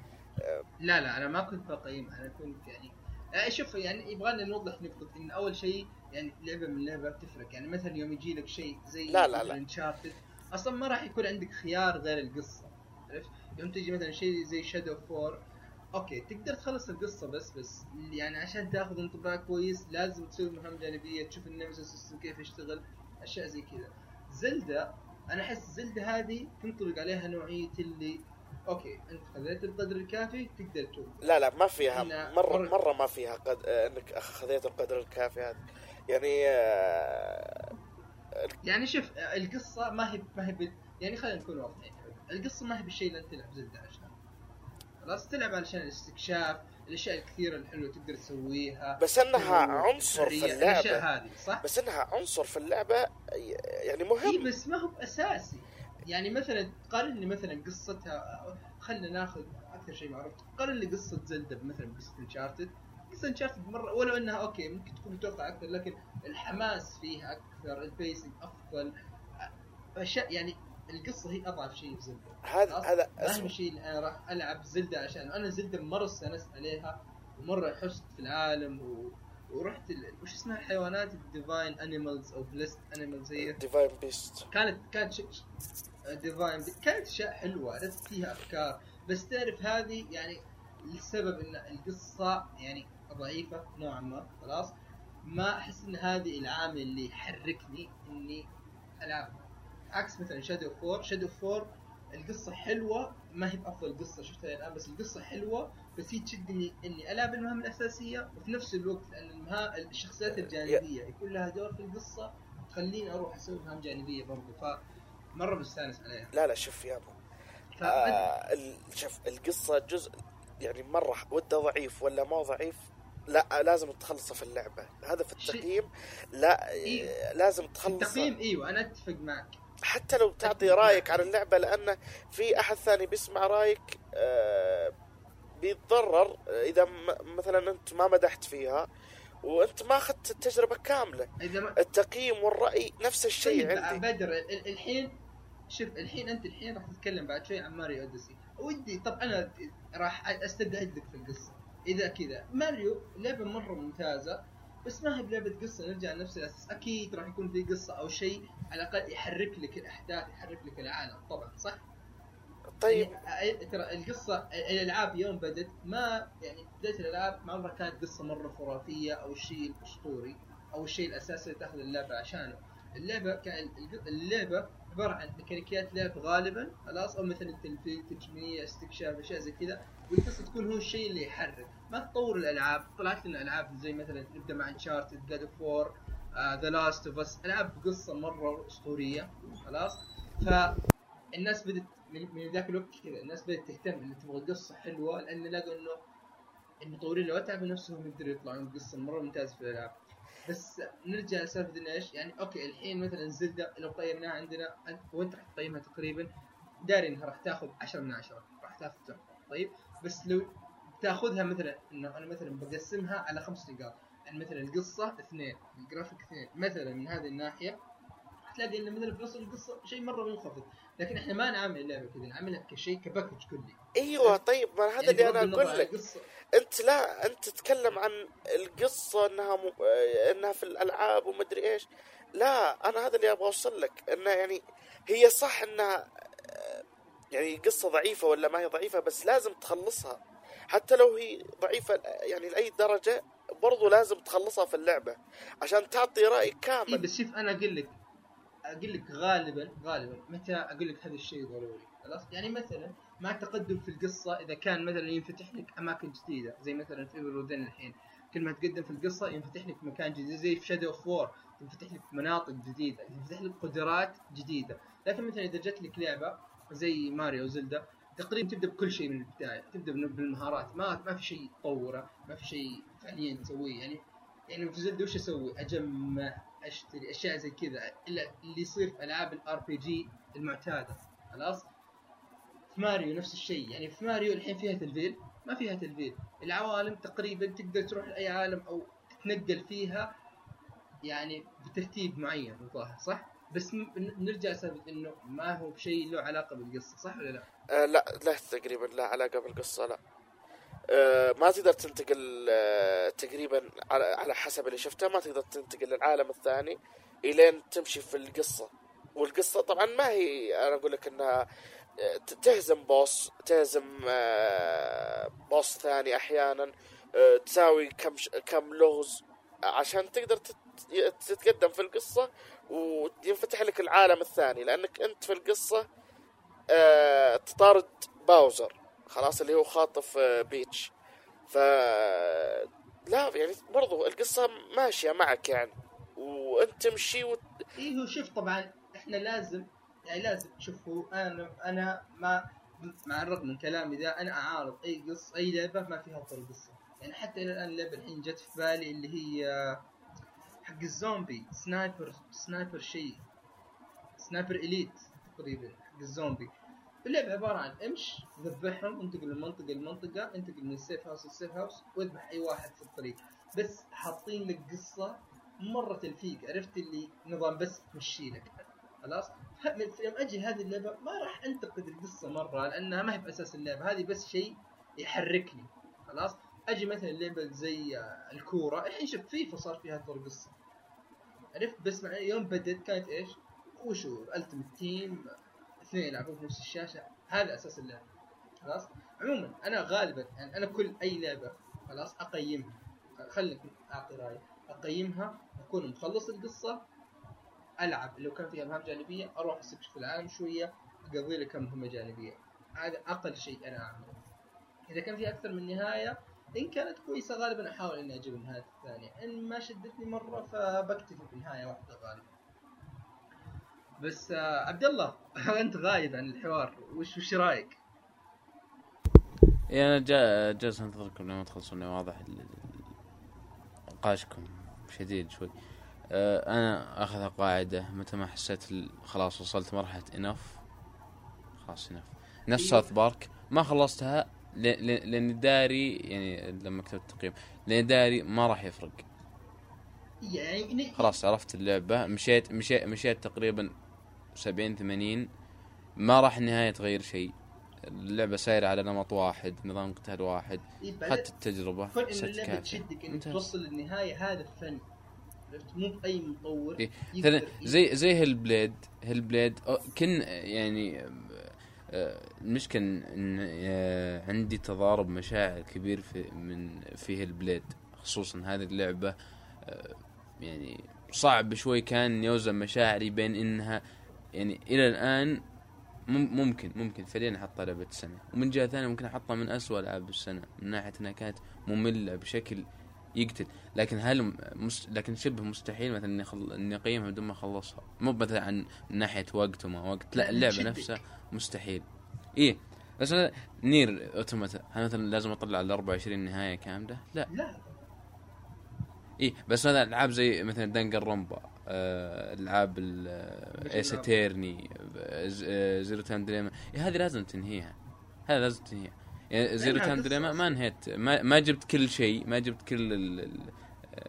لا لا انا ما كنت بقيمها، انا كنت يعني آه شوف يعني يبغالنا نوضح نقطة ان اول شيء يعني لعبة من لعبة بتفرق. يعني مثلا يوم يجي لك شيء زي لا لا لا انشارتد اصلا ما راح يكون عندك خيار غير القصة، عرفت؟ يوم تجي مثلا شيء زي شادو فور، اوكي تقدر تخلص القصة بس بس يعني عشان تاخذ انطباع كويس لازم تسوي مهام جانبية، تشوف النمسيس سيستم كيف يشتغل، اشياء زي كذا. زلدة انا احس زلدة هذه تنطلق عليها نوعية اللي اوكي انت خذيت القدر الكافي تقدر توقف. لا لا ما فيها مرة مرة, مرة ما فيها قد... انك خذيت القدر الكافي هذا يعني. آه... يعني شوف القصة ما هي ما هي ب... يعني خلينا نكون واضحين، القصة ما هي بالشيء اللي انت تلعب زلدة عشان خلاص تلعب علشان الاستكشاف، الاشياء الكثيرة الحلوة تقدر تسويها، بس انها عنصر في اللعبة، الاشياء هذه صح؟ بس انها عنصر في اللعبة يعني مهم. اي بس ما هو اساسي. يعني مثلا تقارن لي مثلا قصتها، خلينا ناخذ اكثر شيء معروف، تقارن لي قصة زلدة مثلا بقصة انشارتد. قصة انشارتد مرة ولو انها اوكي ممكن تكون متوقع اكثر، لكن الحماس فيها اكثر، البيسنج افضل، اشياء يعني القصة هي اضعف شيء في زلدة. هذا هذا اهم شيء اللي انا راح العب زلدة عشان انا زلدة مرة استانست عليها ومرة حست في العالم و... ورحت ال... وش اسمها الحيوانات الديفاين انيمالز او بليست انيمالز، هي ديفاين بيست، كانت كانت ش... ديفاين بي... كانت اشياء حلوه، عرفت فيها افكار. بس تعرف هذه يعني السبب ان القصه يعني ضعيفه نوعا ما، خلاص ما احس ان هذه العامل اللي يحركني اني العب. عكس مثلا شادو فور، شادو فور القصه حلوه، ما هي بافضل قصه شفتها الان بس القصه حلوه، بس هي تشدني اني العب المهام الاساسيه وفي نفس الوقت لان المهام الشخصيات الجانبيه يكون لها دور في القصه تخليني اروح اسوي مهام جانبيه برضو، فمره مستانس عليها. لا لا شوف يا ابو آه شوف القصه جزء يعني مره وده ضعيف ولا ما ضعيف، لا لازم تخلصه في اللعبه، هذا في التقييم لا إيه؟ لازم تخلصه التقييم. ايوه انا اتفق معك، حتى لو تعطي رايك عن اللعبه، لان في احد ثاني بيسمع رايك آه بيتضرر اذا مثلا انت ما مدحت فيها وانت ما اخذت التجربه كامله. ما... التقييم والراي نفس الشيء طيب عندي. بدر الحين شوف الحين انت الحين راح تتكلم بعد شوي عن ماريو اوديسي، ودي طب انا راح استبعد لك في القصه اذا كذا. ماريو لعبه مره ممتازه بس ما هي بلعبه قصه، نرجع لنفس الاساس، اكيد راح يكون في قصه او شيء على الاقل يحرك لك الاحداث، يحرك لك العالم طبعا صح. طيب يعني ترى القصه الالعاب يوم بدت ما يعني بدايه الالعاب ما عمرها كانت قصه مره خرافيه او الشيء الاسطوري او الشيء الاساسي اللي تاخذ اللعبه عشانه. اللعبه كان اللعبه عباره عن ميكانيكيات لعب غالبا خلاص، او مثلا تلفيق تجميع استكشاف اشياء زي كذا، والقصه تكون هو الشيء اللي يحرك. ما تطور الالعاب، طلعت لنا العاب زي مثلا نبدا مع انشارتد، جاد اوف وور، ذا لاست اوف اس، العاب قصه مره اسطوريه خلاص. فالناس بدت من ذاك الوقت كذا الناس بدات تهتم ان تبغى قصه حلوه، لان لقوا انه المطورين لو تعبوا نفسهم يقدروا يطلعون قصه مره ممتازه في الالعاب. بس نرجع لسالفه انه ايش يعني، اوكي الحين مثلا زلدة لو قيمناها عندنا وانت راح تقيمها تقريبا داري انها راح تاخذ عشرة من عشرة، راح تاخذ تحفه. طيب بس لو تاخذها مثلا انه انا مثلا بقسمها على خمس نقاط، يعني مثلا القصه اثنين، الجرافيك اثنين مثلا، من هذه الناحيه تلاقي ان مثلا في نص القصه شيء مره منخفض، لكن احنا ما نعامل اللعبه كذا، نعاملها كشيء كباكج كلي. ايوه طيب ما هذا يعني اللي انا اقول لك. انت لا انت تتكلم عن القصه انها م... انها في الالعاب ومدري ايش. لا انا هذا اللي ابغى اوصل لك، انه يعني هي صح انها يعني قصه ضعيفه ولا ما هي ضعيفه، بس لازم تخلصها حتى لو هي ضعيفه يعني لاي درجه، برضو لازم تخلصها في اللعبه عشان تعطي راي كامل. إيه بس شوف انا اقول لك اقول لك غالبا غالبا متى اقول لك هذا الشيء ضروري خلاص. يعني مثلا مع التقدم في القصه، اذا كان مثلا ينفتح لك اماكن جديده زي مثلا في ايفل الحين، كل ما تقدم في القصه ينفتح لك مكان جديد، زي في شادو اوف وور ينفتح لك مناطق جديده، ينفتح لك قدرات جديده. لكن مثلا اذا جت لك لعبه زي ماريو وزلدا تقريبا تبدا بكل شيء من البدايه، تبدا بالمهارات، ما ما في شيء تطوره، ما في شيء فعليا تسويه. يعني يعني في زلدا وش اسوي؟ اجمع، اشتري اشياء زي كذا، الا اللي يصير في العاب الار بي جي المعتاده. خلاص في ماريو نفس الشيء، يعني في ماريو الحين فيها تلفيل، ما فيها تلفيل، العوالم تقريبا تقدر تروح لاي عالم او تتنقل فيها يعني بترتيب معين الظاهر، صح؟ بس نرجع سالفه انه ما هو بشيء له علاقه بالقصه، صح ولا لا؟ آه لا لا تقريبا لا علاقه بالقصه، لا. آه ما تقدر تنتقل آه تقريبا على, على حسب اللي شفته، ما تقدر تنتقل للعالم الثاني الين تمشي في القصه. والقصه طبعا ما هي انا اقول لك انها تهزم بوس، تهزم آه بوس ثاني احيانا، آه تساوي كم كم لغز عشان تقدر تتقدم في القصه وينفتح لك العالم الثاني، لانك انت في القصه آه تطارد باوزر خلاص اللي هو خاطف آه بيتش. ف لا يعني برضو القصه ماشيه معك يعني وانت تمشي و... ايه هو شوف طبعا احنا لازم يعني لازم شوفوا، انا انا ما مع الرغم من كلامي ذا انا اعارض اي قصه اي لعبه ما فيها طور قصه. يعني حتى الى الان اللعبه الحين جت في بالي اللي هي حق الزومبي، سنايبر سنايبر شيء سنايبر إليت تقريبا حق الزومبي. اللعبة عبارة عن امش ذبحهم، انتقل من منطقة لمنطقة، انتقل من السيف هاوس للسيف هاوس واذبح اي واحد في الطريق. بس حاطين لك قصة مرة تلفيق، عرفت اللي نظام بس تمشي لك خلاص. لما اجي هذه اللعبة ما راح انتقد القصة مرة لانها ما هي باساس اللعبة، هذه بس شيء يحركني خلاص. اجي مثلا لعبة زي الكورة الحين شوف فيفا صار فيها طور قصة عرفت، بس مع يوم بدت كانت ايش وشو التيمت تيم اثنين يلعبون في نفس الشاشة، هذا اساس اللعبة خلاص. عموما انا غالبا يعني انا كل اي لعبة خلاص اقيمها، خليك اعطي راي، اقيمها اكون مخلص القصة، العب لو كان فيها مهام جانبية اروح استكشف العالم شوية اقضي لي كم مهمة جانبية، هذا اقل شيء انا اعمله. اذا كان في اكثر من نهاية إن كانت كويسة غالبا أحاول إني أجيب النهاية الثانية، إن ما شدتني مرة فبكتفي بنهاية واحدة غالبا. بس آه عبد الله أنت غايب عن الحوار، وش وش رأيك؟ يعني أنا جا جالس أنتظركم لما تخلصون، واضح نقاشكم شديد شوي. أه أنا أخذ قاعدة متى ما حسيت خلاص وصلت مرحلة إنف خلاص إنف، نفس ساوث بارك ما خلصتها لأن داري يعني لما كتبت التقييم لأن داري ما راح يفرق يعني خلاص عرفت اللعبة، مشيت مشيت مشيت تقريبا سبعين ثمانين، ما راح النهاية تغير شيء، اللعبة سايرة على نمط واحد، نظام قتال واحد، حتى التجربة اللعبة تشدك إنك توصل للنهاية، هذا فن مو بأي مطور إيه. زي زي هالبليد هالبليد كن يعني المشكلة إن عندي تضارب مشاعر كبير في من فيه البليد، خصوصا هذه اللعبة يعني صعب شوي كان يوزن مشاعري بين إنها يعني إلى الآن ممكن ممكن فعليا أحطها لعبة السنة، ومن جهة ثانية ممكن أحطها من أسوأ ألعاب السنة من ناحية إنها كانت مملة بشكل يقتل. لكن هل مست... لكن شبه مستحيل مثلا إني خل... إني أقيمها بدون ما أخلصها، مو مثلا عن من ناحية وقت وما وقت، لا اللعبة نفسها مستحيل. إيه بس أنا نير أوتوماتا هل مثلا لازم أطلع على أربعة وعشرين نهاية كاملة؟ لا لا إيه بس هذا ألعاب زي مثلا دانجر رومبا، ألعاب الإيساتيرني، زيرو تايم ديليما، إيه هذه لازم تنهيها، هذا لازم تنهيها. يعني زيرو تايم ديليما ما نهيت، ما ما جبت كل شيء، ما جبت كل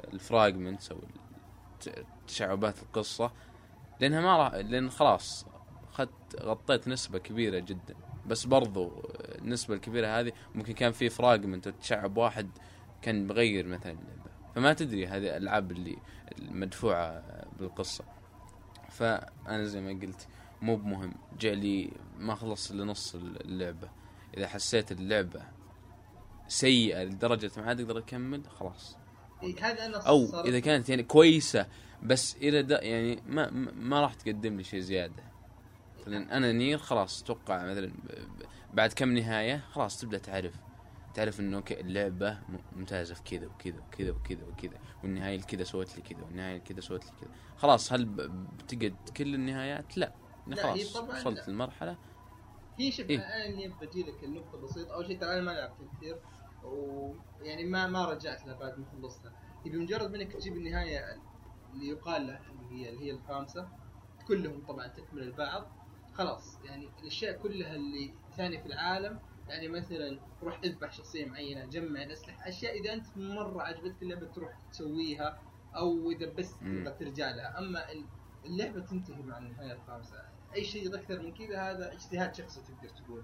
الفراغمنتس او تشعبات القصه، لانها ما راح، لان خلاص اخذت غطيت نسبه كبيره جدا. بس برضو النسبه الكبيره هذه ممكن كان في فراغمنت وتشعب واحد كان بغير مثلا اللعبه، فما تدري هذه الالعاب اللي المدفوعه بالقصه. فانا زي ما قلت مو بمهم، جعلي ما خلص الا نص اللعبه. اذا حسيت اللعبه سيئه لدرجه ما عاد اقدر اكمل خلاص. هذا انا او اذا كانت يعني كويسه بس الى دا يعني ما ما راح تقدم لي شيء زياده. مثلا انا نير خلاص اتوقع مثلا بعد كم نهايه خلاص تبدا تعرف تعرف انه اللعبه ممتازه في كذا وكذا وكذا وكذا وكذا، والنهايه كذا سوت لي كذا والنهايه كذا سوت لي كذا. خلاص هل بتقعد كل النهايات؟ لا, لا خلاص وصلت المرحله. هي شوف إيه؟ انا اللي بجي لك النقطه بسيطه. اول شيء ترى انا ما لعبت كثير ويعني ما ما رجعت لها بعد ما خلصتها. بمجرد منك تجيب النهايه اللي يقال لها اللي هي اللي هي الخامسه كلهم طبعا تكمل البعض، خلاص يعني الاشياء كلها اللي ثانيه في العالم، يعني مثلا روح اذبح شخصيه معينه، جمع الاسلحه، اشياء اذا انت مره عجبتك اللعبه تروح تسويها، او اذا بس تبغى ترجع لها. اما اللعبه تنتهي مع النهايه الخامسه. اي شيء اكثر من كذا هذا اجتهاد شخصي تقدر تقول.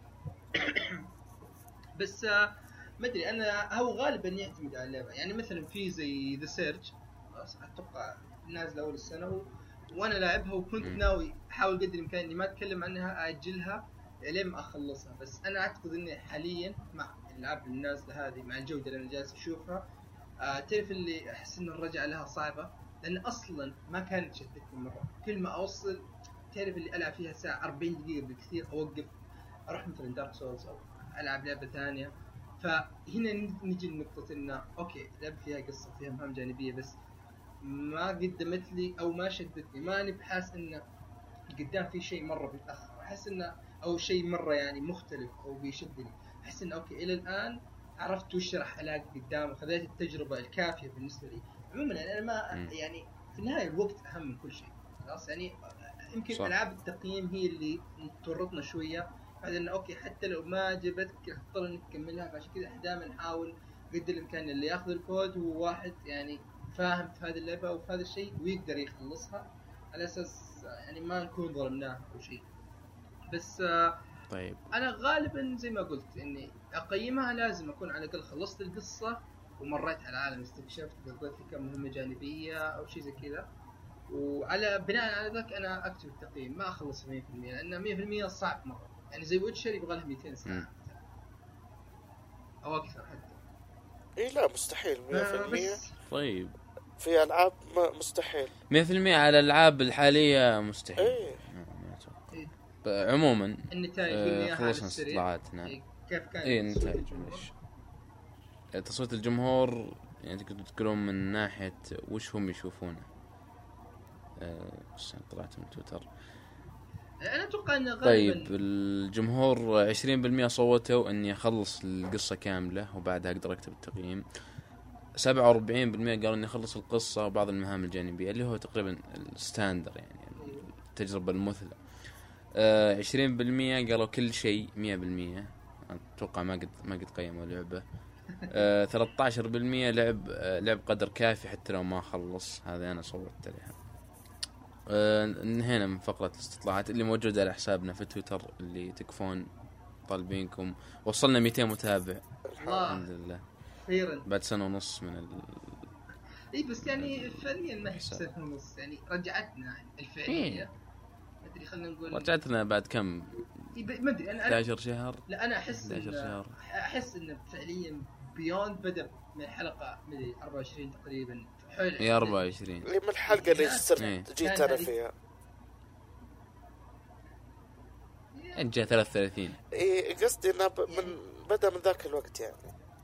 بس ما ادري انا هو غالبا يعتمد على اللعبه. يعني مثلا في زي ذا سيرج اتوقع نازله اول السنه وانا لاعبها، وكنت ناوي احاول قدر الامكان اني ما اتكلم عنها، اجلها لين ما اخلصها. بس انا اعتقد اني حاليا مع الالعاب النازله هذه مع الجوده اللي انا جالس اشوفها آه تعرف اللي احس ان الرجعه لها صعبه، لان اصلا ما كانت شدتني مره. كل ما اوصل تعرف اللي العب فيها ساعه أربعين دقيقه بالكثير اوقف اروح مثلا دارك سولز او العب لعبه ثانيه. فهنا نجي لنقطه انه اوكي لعبه فيها قصه فيها مهام جانبيه بس ما قدمت لي او ما شدتني، ماني بحاس انه قدام في شيء مره بيتاخر، احس انه او شيء مره يعني مختلف او بيشدني. احس انه اوكي الى الان عرفت وش راح الاقي قدام وخذيت التجربه الكافيه بالنسبه لي. عموما يعني انا ما يعني في النهايه الوقت اهم من كل شيء خلاص. يعني يمكن صح. العاب التقييم هي اللي تورطنا شويه بعد انه اوكي حتى لو ما عجبتك تضطر انك تكملها. فعشان كذا دائما نحاول قد الامكان اللي ياخذ الكود هو واحد يعني فاهم في هذه اللعبه وفي هذا الشيء ويقدر يخلصها، على اساس يعني ما نكون ظلمناه او شيء. بس طيب انا غالبا زي ما قلت اني اقيمها لازم اكون على الاقل خلصت القصه ومريت على العالم، استكشفت قضيت لي كم مهمه جانبيه او شيء زي كذا، وعلى بناء على ذاك انا اكتب التقييم. ما اخلص مية بالمية لان مية بالمية صعب مره. يعني زي ويتشر يبغى له مئتين ساعه او اكثر حتى. اي لا مستحيل مية بالمية. طيب في العاب مستحيل مية بالمية على الالعاب الحاليه مستحيل. ايه. إيه. عموما النتائج آه خلصنا استطلاعاتنا. إيه. كيف كان ايه النتائج تصويت الجمهور؟ يعني كنتوا تقولون من ناحيه وش هم يشوفونه. آه بس طلعت من تويتر. انا اتوقع انه غالبا طيب الجمهور عشرين بالمية صوتوا اني اخلص القصه كامله وبعدها اقدر اكتب التقييم. سبعة وأربعين بالمية قالوا اني اخلص القصه وبعض المهام الجانبيه اللي هو تقريبا الستاندر يعني التجربه المثلى. آه عشرين بالمية قالوا كل شيء مية بالمية. اتوقع ما قد ما قد قيموا اللعبه. آه ثلاثة عشر بالمية لعب آه لعب قدر كافي حتى لو ما خلص. هذا انا صوتت عليها. آه انهينا من فقرة الاستطلاعات اللي موجودة على حسابنا في تويتر اللي تكفون طالبينكم. وصلنا مئتين متابع الحمد لله خيرا بعد سنة ونص من ال... اي بس يعني فعليا ما هي سنة ونص يعني رجعتنا الفعلية. ما ادري خلينا نقول رجعتنا بعد كم ما ادري انا إحدى عشر شهر. لا انا احس إن شهر. احس انه فعليا بيوند بدأ من الحلقة من أربعة وعشرين تقريبا حول يا أربعة وعشرين اللي من الحلقة اللي صرت جيت أنا فيها جاء ثلاثة وثلاثين. إيه قصدي إنه من بدأ من ذاك الوقت يعني.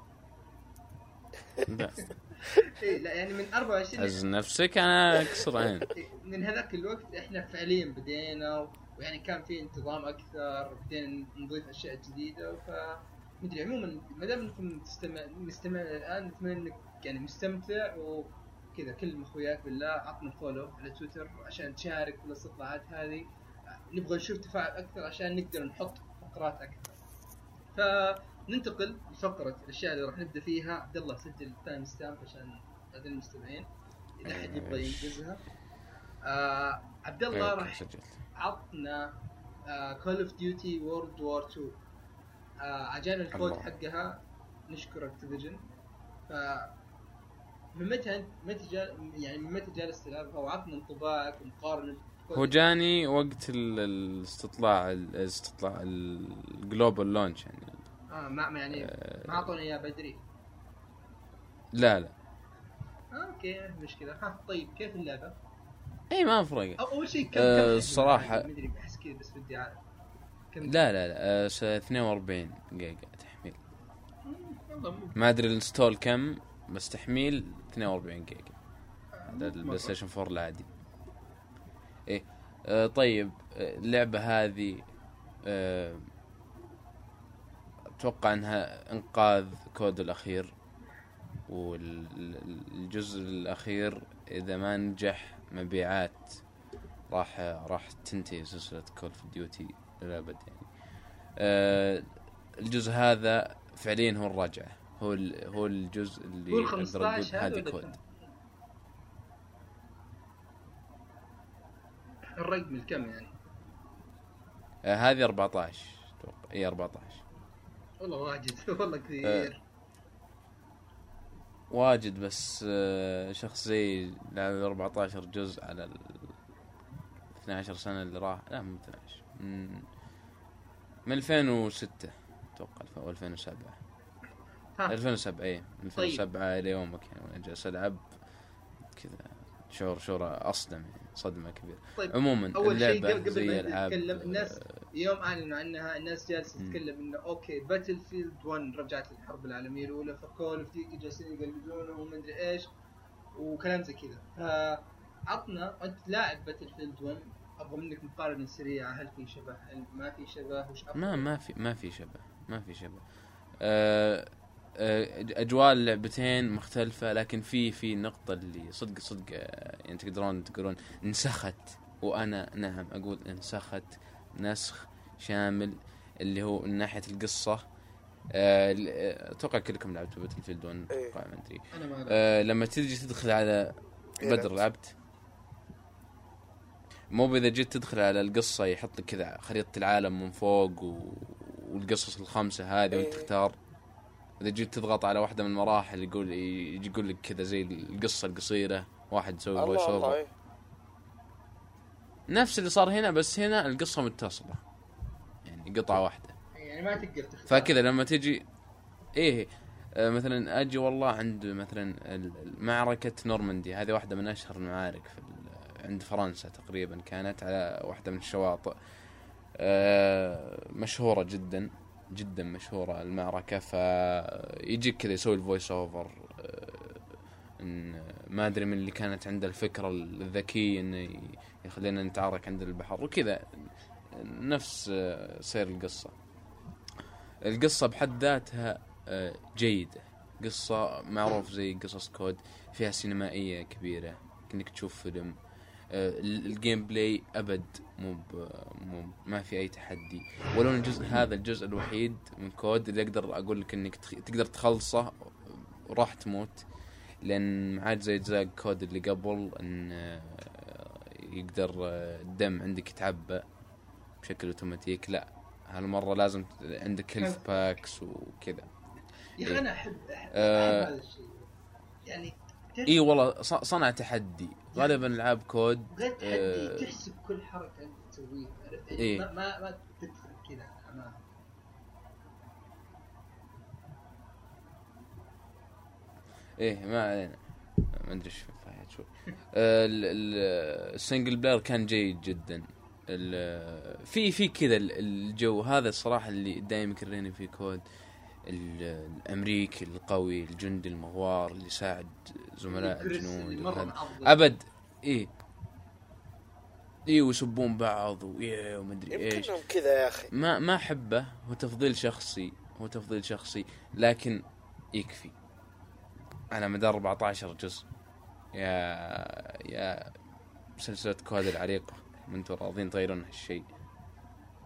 إيه لا يعني من أربعة وعشرين عز نفسك أنا أكسر عين. من هذاك الوقت إحنا فعليا بدينا ويعني كان في انتظام أكثر بدينا نضيف أشياء جديدة. ف مدري عموما ما دام انكم تستمع نستمع الان نتمنى انك يعني مستمتع وكذا. كل اخوياك بالله عطنا فولو على تويتر عشان تشارك في الاستطلاعات هذه. نبغى نشوف تفاعل اكثر عشان نقدر نحط فقرات اكثر. فننتقل لفقره الاشياء اللي راح نبدا فيها. عبد الله سجل تايم ستامب عشان هذول المستمعين اذا حد يبغى ينجزها. آه عبد الله راح عطنا كول اوف ديوتي وورلد وور تو، عجانا الكود حقها، نشكر اكتيفيجن. ف من متى متى جا يعني من متى جالس تلعبها وعطنا انطباعك ومقارنه؟ هو جاني وقت الاستطلاع الاستطلاع الجلوبال لونش يعني اه ما يعني ما اعطوني اياه بدري. لا لا آه اوكي مشكله. ها طيب كيف اللعبه؟ اي ما فرق. اول شيء كم أه كم الصراحه ما ادري بحس كذا بس بدي اعرف كم. لا لا لا أه اثنين وأربعين جيجا تحميل. ما ادري الانستول كم بس تحميل اثنين وأربعين جيجا. هذا البلاي ستيشن فور العادي. ايه أه طيب اللعبه هذه أه اتوقع انها انقاذ كود الاخير، والجزء الاخير اذا ما نجح مبيعات راح راح تنتهي سلسله كول اوف ديوتي للابد يعني. أه الجزء هذا فعليا هو الرجعه، هو هو الجزء اللي هو خمسطعش هذا كود. الرقم الكم يعني؟ أه هذه أربعطعش اتوقع. اي أربعطعش والله واجد والله كثير. أه واجد بس أه شخص زي لعب أربعطعش جزء على ال اثنتي عشرة سنه اللي راح، لا مو اثنتي عشرة، من من ألفين وستة اتوقع او ألفين وسبعة. ألفين وسبعة اي ألفين وسبعة الى يومك يعني وانا جالس العب كذا شعور شعور اصدم يعني صدمه كبيره. طيب عموما اول شيء اللعبه قبل ما العاب نتكلم الناس يوم اعلنوا عنها الناس جالسه تتكلم انه اوكي باتل فيلد واحد رجعت للحرب العالميه الاولى، فكول اوف ديوتي جالسين يقلدونه وما ادري ايش وكلام زي كذا. فعطنا انت لاعب باتل فيلد واحد، ابغى منك مقارنه سريعه، هل في شبه هل ما في شبه وش ما ما في ما في شبه ما في شبه أه اجواء اللعبتين مختلفه، لكن في في نقطه اللي صدق صدق يعني تقدرون تقولون انسخت، وانا نعم اقول انسخت نسخ شامل، اللي هو من ناحيه القصه. اتوقع كلكم لعبتوا باتل فيلد واحد اتوقع ما ادري. أه لما تيجي تدخل على بدر لعبت مو اذا جيت تدخل على القصه يحط لك كذا خريطه العالم من فوق و... والقصص الخمسه هذه وانت تختار. اذا جيت تضغط على واحده من المراحل يقول يجي يقول لك كذا زي القصه القصيره، واحد يسوي فويس اوفر نفس اللي صار هنا، بس هنا القصه متصله يعني قطعه واحده يعني ما تقدر تختار. فكذا لما تجي ايه آه مثلا اجي والله عند مثلا معركه نورماندي، هذه واحده من اشهر المعارك في عند فرنسا تقريبا، كانت على واحده من الشواطئ آه مشهوره جدا جدا مشهورة المعركة. فيجيك كذا يسوي الفويس اوفر إن ما أدري من اللي كانت عنده الفكرة الذكية إنه يخلينا نتعارك عند البحر وكذا، نفس سير القصة. القصة بحد ذاتها جيدة، قصة معروف زي قصص كود، فيها سينمائية كبيرة كأنك تشوف فيلم. الجيم بلاي أبد مو مو ما في أي تحدي، ولو الجزء هذا الجزء الوحيد من كود اللي أقدر أقول لك إنك تقدر تخلصه وراح تموت، لأن معاد زي أجزاء كود اللي قبل إن يقدر الدم عندك يتعبى بشكل أوتوماتيك. لا هالمرة لازم عندك هيلث باكس وكذا. يا أخي أنا أحب أحب, أه أحب هذا الشيء يعني. اي والله صنع تحدي غالبا العاب كود غير تحدي أه تحسب كل حركه انت تسويها، عرفت؟ إيه؟ ما ما, ما تدخل كذا امام. ايه ما علينا ما ادري ايش فايت شوي. السنجل بلاير كان جيد جدا. في في كذا الجو هذا الصراحه اللي دائما يكررني في كود، الامريكي القوي الجندي المغوار اللي يساعد زملاء الجنود ابد. ايه ايه ويسبون بعض وايه وما ادري ايش كذا يا اخي. ما ما احبه، هو تفضيل شخصي هو تفضيل شخصي لكن يكفي. على مدار أربعة عشر جزء يا يا سلسله كود العريقه انتم راضين تغيرون هالشيء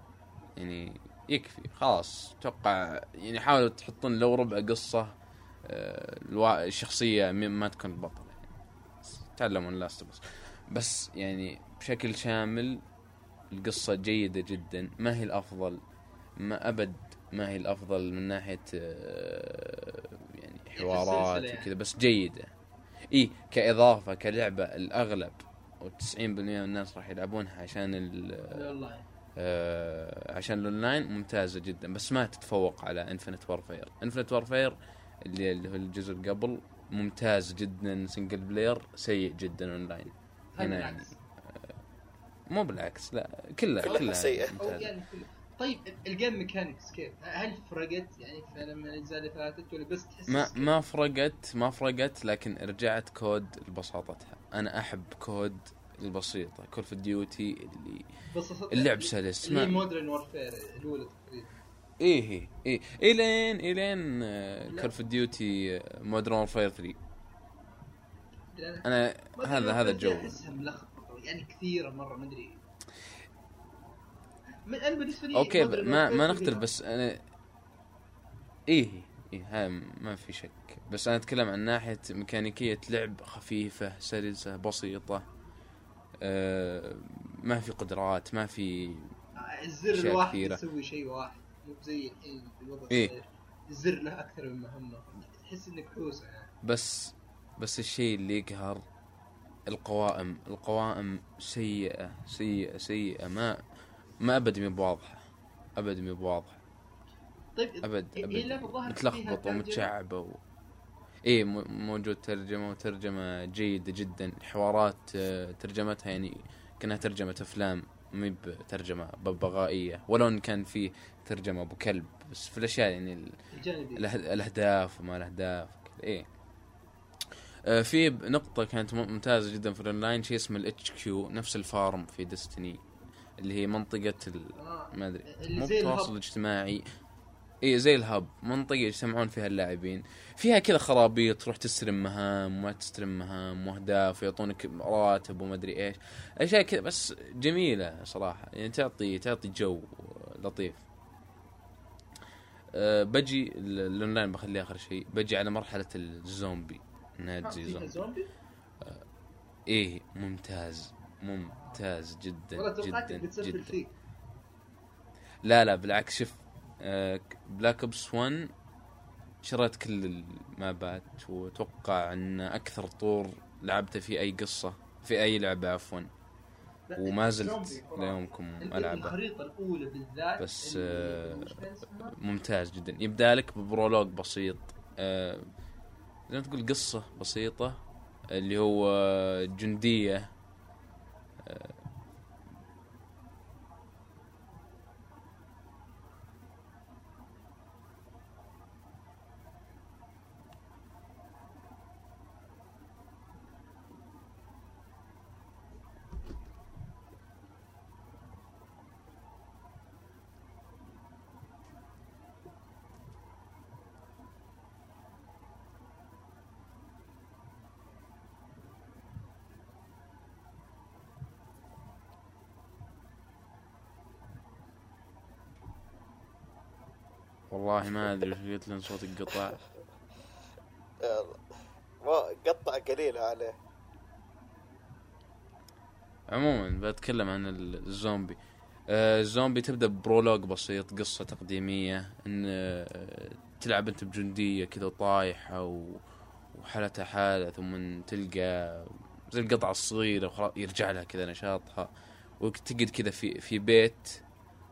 يعني يكفي خلاص. اتوقع يعني حاولوا تحطون لو ربع قصه الوا... الشخصية ما تكون البطل يعني. تعلموا لاست بس بس يعني بشكل شامل القصة جيدة جدا، ما هي الأفضل، ما أبد ما هي الأفضل من ناحية يعني حوارات يعني. وكذا، بس جيدة. إيه كإضافة كلعبة الأغلب وتسعين بالمئة من الناس راح يلعبونها عشان ال آه عشان الأونلاين ممتازة جدا، بس ما تتفوق على إنفينيت وارفير. إنفينيت وارفير اللي اللي هو الجزء اللي قبل ممتاز جدا سنجل بلاير، سيء جدا أونلاين. هنا يعني مو بالعكس، لا كلها كلها سيئة يعني. طيب الجيم ميكانكس كيف؟ هل فرقت يعني لما الأجزاء اللي فاتت ولا بس تحس ما ما فرقت ما فرقت لكن رجعت كود لبساطتها. أنا أحب كود البسيطة، كول اوف ديوتي اللي اللعب سلس، اللي مودرن وورفير الأولى تقريبا. إيه إيه إيه لين إيه لين كول اوف ديوتي مودرن وورفير ثري. أنا هذا هذا الجو أحسها ملخبطة يعني كثيرة مرة، ما أدري. من أنا بالنسبة لي أوكي ما ما نختلف، بس أنا إيه إيه هاي ما في شك، بس أنا أتكلم عن ناحية ميكانيكية لعب خفيفة سلسة بسيطة. أه ما في قدرات، ما في الزر الواحد يسوي شيء واحد، مو زي الحين الوضع إيه؟ الزر له أكثر من مهمة، تحس إنك حوسة يعني. بس بس الشيء اللي يقهر القوائم القوائم سيئة سيئة سيئة، ما ما أبدا مي بواضحة، أبدا مي بواضحة. طيب أبد أبد متلخبطة ومتشعبة و... إيه موجود ترجمة وترجمة جيدة جدا، حوارات ترجمتها يعني كأنها ترجمة أفلام، مي بترجمة ببغائية، ولو إن كان فيه ترجمة أبو كلب، بس في الأشياء يعني ال... الأهداف وما الأهداف كذا. إيه آه في نقطة كانت ممتازة جدا في الأونلاين، شيء اسمه الاتش كيو، نفس الفارم في ديستني اللي هي منطقة ال... ما أدري مو التواصل الاجتماعي. إيه زي الهب، منطقة يجتمعون فيها اللاعبين، فيها كذا خرابيط، تروح تستلم مهام وما تستلم مهام وأهداف ويعطونك راتب وما أدري إيش أشياء كذا، بس جميلة صراحة يعني، تعطي تعطي جو لطيف. أه بجي الأونلاين بخليه آخر شيء، بجي على مرحلة الزومبي، نادي زومبي. أه إيه ممتاز ممتاز جدا جدا جدا. لا لا بالعكس، شوف بلاك اوبس ون شريت كل المابات، وتوقع ان اكثر طور لعبته في اي قصة في اي لعبة عفوا، وما زلت ليومكم العبها. الخريطة الاولى بالذات بس ممتاز جدا، يبدأ لك ببرولوج بسيط، زي ما تقول قصة بسيطة اللي هو جندية والله ما أدري إيش قلت لين صوتك قطع. ما قطع قليل عليه. عموما بتكلم عن الزومبي. آه الزومبي تبدأ ببرولوج بسيط، قصة تقديمية، إن آه تلعب أنت بجندية كذا طايحة وحالتها حالة، ثم تلقى زي القطعة الصغيرة وخلاص يرجع لها كذا نشاطها، وتقعد كذا في في بيت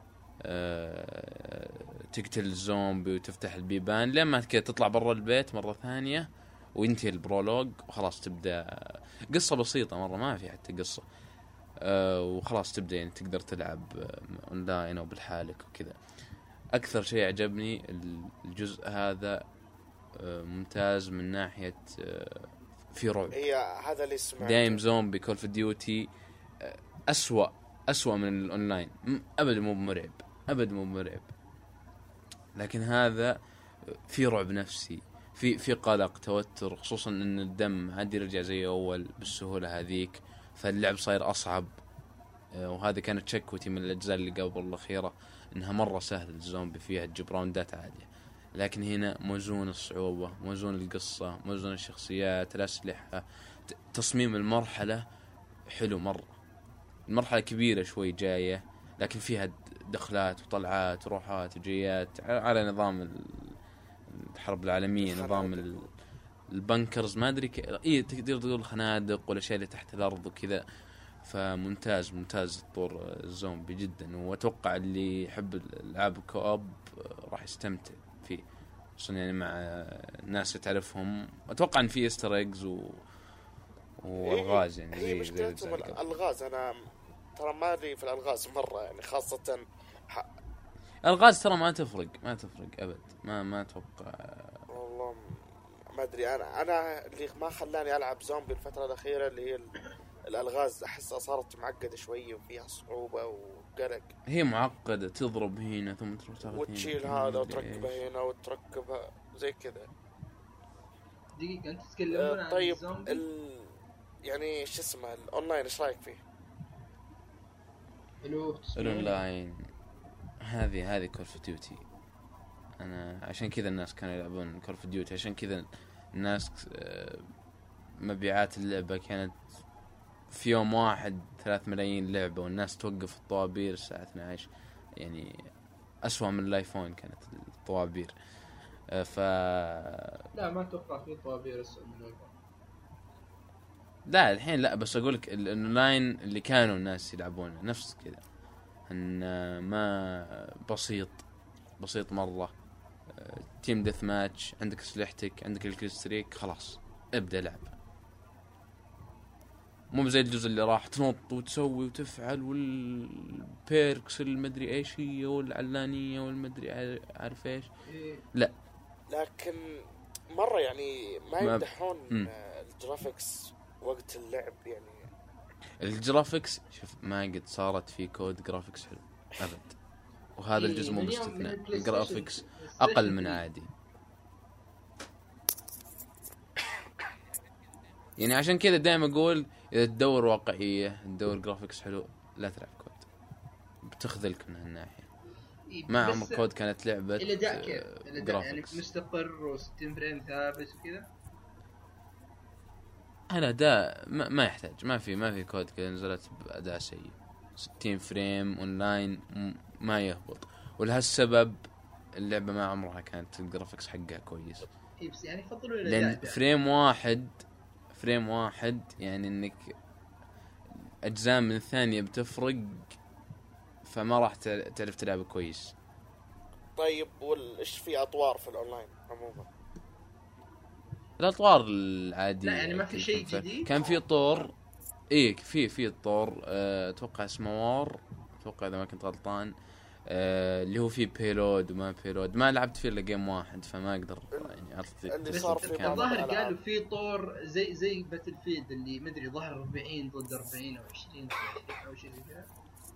أه تقتل الزومبي وتفتح البيبان لما كذا تطلع برا البيت مرة ثانية وينتهي البرولوج وخلاص تبدأ قصة بسيطة مرة، ما في حتى قصة أه وخلاص تبدأ يعني تقدر تلعب اونلاين او بالحالك وكذا. اكثر شيء عجبني الجزء هذا أه ممتاز من ناحية أه في رعب. هي هذا اللي سمعته دايم زومبي كول اوف ديوتي أسوأ أسوأ من الأونلاين، أبدا مو مرعب، أبدا مو مرعب، لكن هذا في رعب نفسي، في في قلق توتر، خصوصا إن الدم عاد يرجع زي أول بالسهولة هذيك، فاللعب صاير أصعب. وهذه كانت شكوتي من الأجزاء اللي قبل الأخيرة، إنها مرة سهل الزومبي فيها تجيب راوندات عالية، لكن هنا موزون الصعوبة، موزون القصة، موزون الشخصيات، الأسلحة، تصميم المرحلة حلو مرة. المرحلة كبيرة شوي جاية، لكن فيها دخلات وطلعات وروحات وجيات على نظام الحرب العالمية، نظام البنكرز، ما أدري ك... إيه تقدر تقول خنادق والأشياء اللي تحت الأرض وكذا. فممتاز ممتاز طور الزومبي جدا، وأتوقع اللي يحب الألعاب الكوب راح يستمتع فيه، خصوصا يعني مع ناس تعرفهم. أتوقع إن في إستر إيجز و... والغاز يعني هي مشكلتهم الألغاز. أنا ترى ما أدري في الألغاز مرة يعني، خاصة ح... الغاز ترى ما تفرق ما تفرق أبد، ما ما أتوقع والله ما أدري. أنا أنا اللي ما خلاني ألعب زومبي الفترة الأخيرة اللي هي الألغاز، أحسها صارت معقدة شوية وفيها صعوبة وقلق. هي معقدة، تضرب هنا ثم تروح تاخذ هنا وتشيل هذا وتركبه هنا وتركبها زي كذا. دقيقة أنت تتكلمون عن طيب الزومبي؟ ال... يعني شو اسمه الأونلاين إيش رأيك فيه؟ الأونلاين هذه هذه كول اوف ديوتي. أنا عشان كذا الناس كانوا يلعبون كول اوف ديوتي، عشان كذا الناس مبيعات اللعبة كانت في يوم واحد ثلاث ملايين لعبة، والناس توقف الطوابير الساعة اثنتي عشرة، يعني أسوأ من الايفون كانت الطوابير. ف لا ما أتوقع في طوابير أسوأ من الايفون. لا الحين لا، بس أقولك الأونلاين اللي كانوا الناس يلعبونه نفس كذا، أن ما بسيط بسيط مرة. تيم ديث ماتش، عندك سلاحتك، عندك الكلستريك، خلاص ابدأ لعب. مو زي الجزء اللي راح تنط وتسوي وتفعل والبيركس المدري ايش هي والعلانية والمدري عارف ايش. لا لكن مرة يعني ما يمدحون الجرافيكس وقت اللعب يعني. الجرافيكس شوف ما قد صارت في كود جرافيكس حلو أبد، وهذا الجزء مو باستثناء. الجرافيكس أقل من عادي يعني. عشان كذا دائما أقول إذا تدور واقعية تدور جرافيكس حلو لا تلعب كود، بتخذلك من هالناحية. ما عمر كود كانت لعبة إلى داء كيف إلى داء يعني مستقر وستين فريم ثابت وكذا. أنا دا ما, ما يحتاج، ما في ما في كود كذا نزلت بأداء سيء. ستين فريم أونلاين ما يهبط، ولهالسبب اللعبة ما عمرها كانت الجرافيكس حقها كويس. يعني فضلوا إلى لأن داء فريم واحد فريم واحد يعني إنك أجزاء من الثانية بتفرق، فما راح تعرف تلعب كويس. طيب وإيش في أطوار في الأونلاين عموما؟ الأطوار العادية لا يعني ما في شيء جديد. كان في طور إيه في في طور أه أتوقع اسمه وار، أتوقع إذا ما كنت غلطان، أه اللي هو فيه بيلود وما بيلود. ما لعبت فيه إلا جيم واحد فما أقدر يعني أعطي. اللي صار في الظاهر قالوا في طور زي زي باتل فيلد اللي مدري ظهر أربعين ضد أربعين أو عشرين أو شيء زي كذا.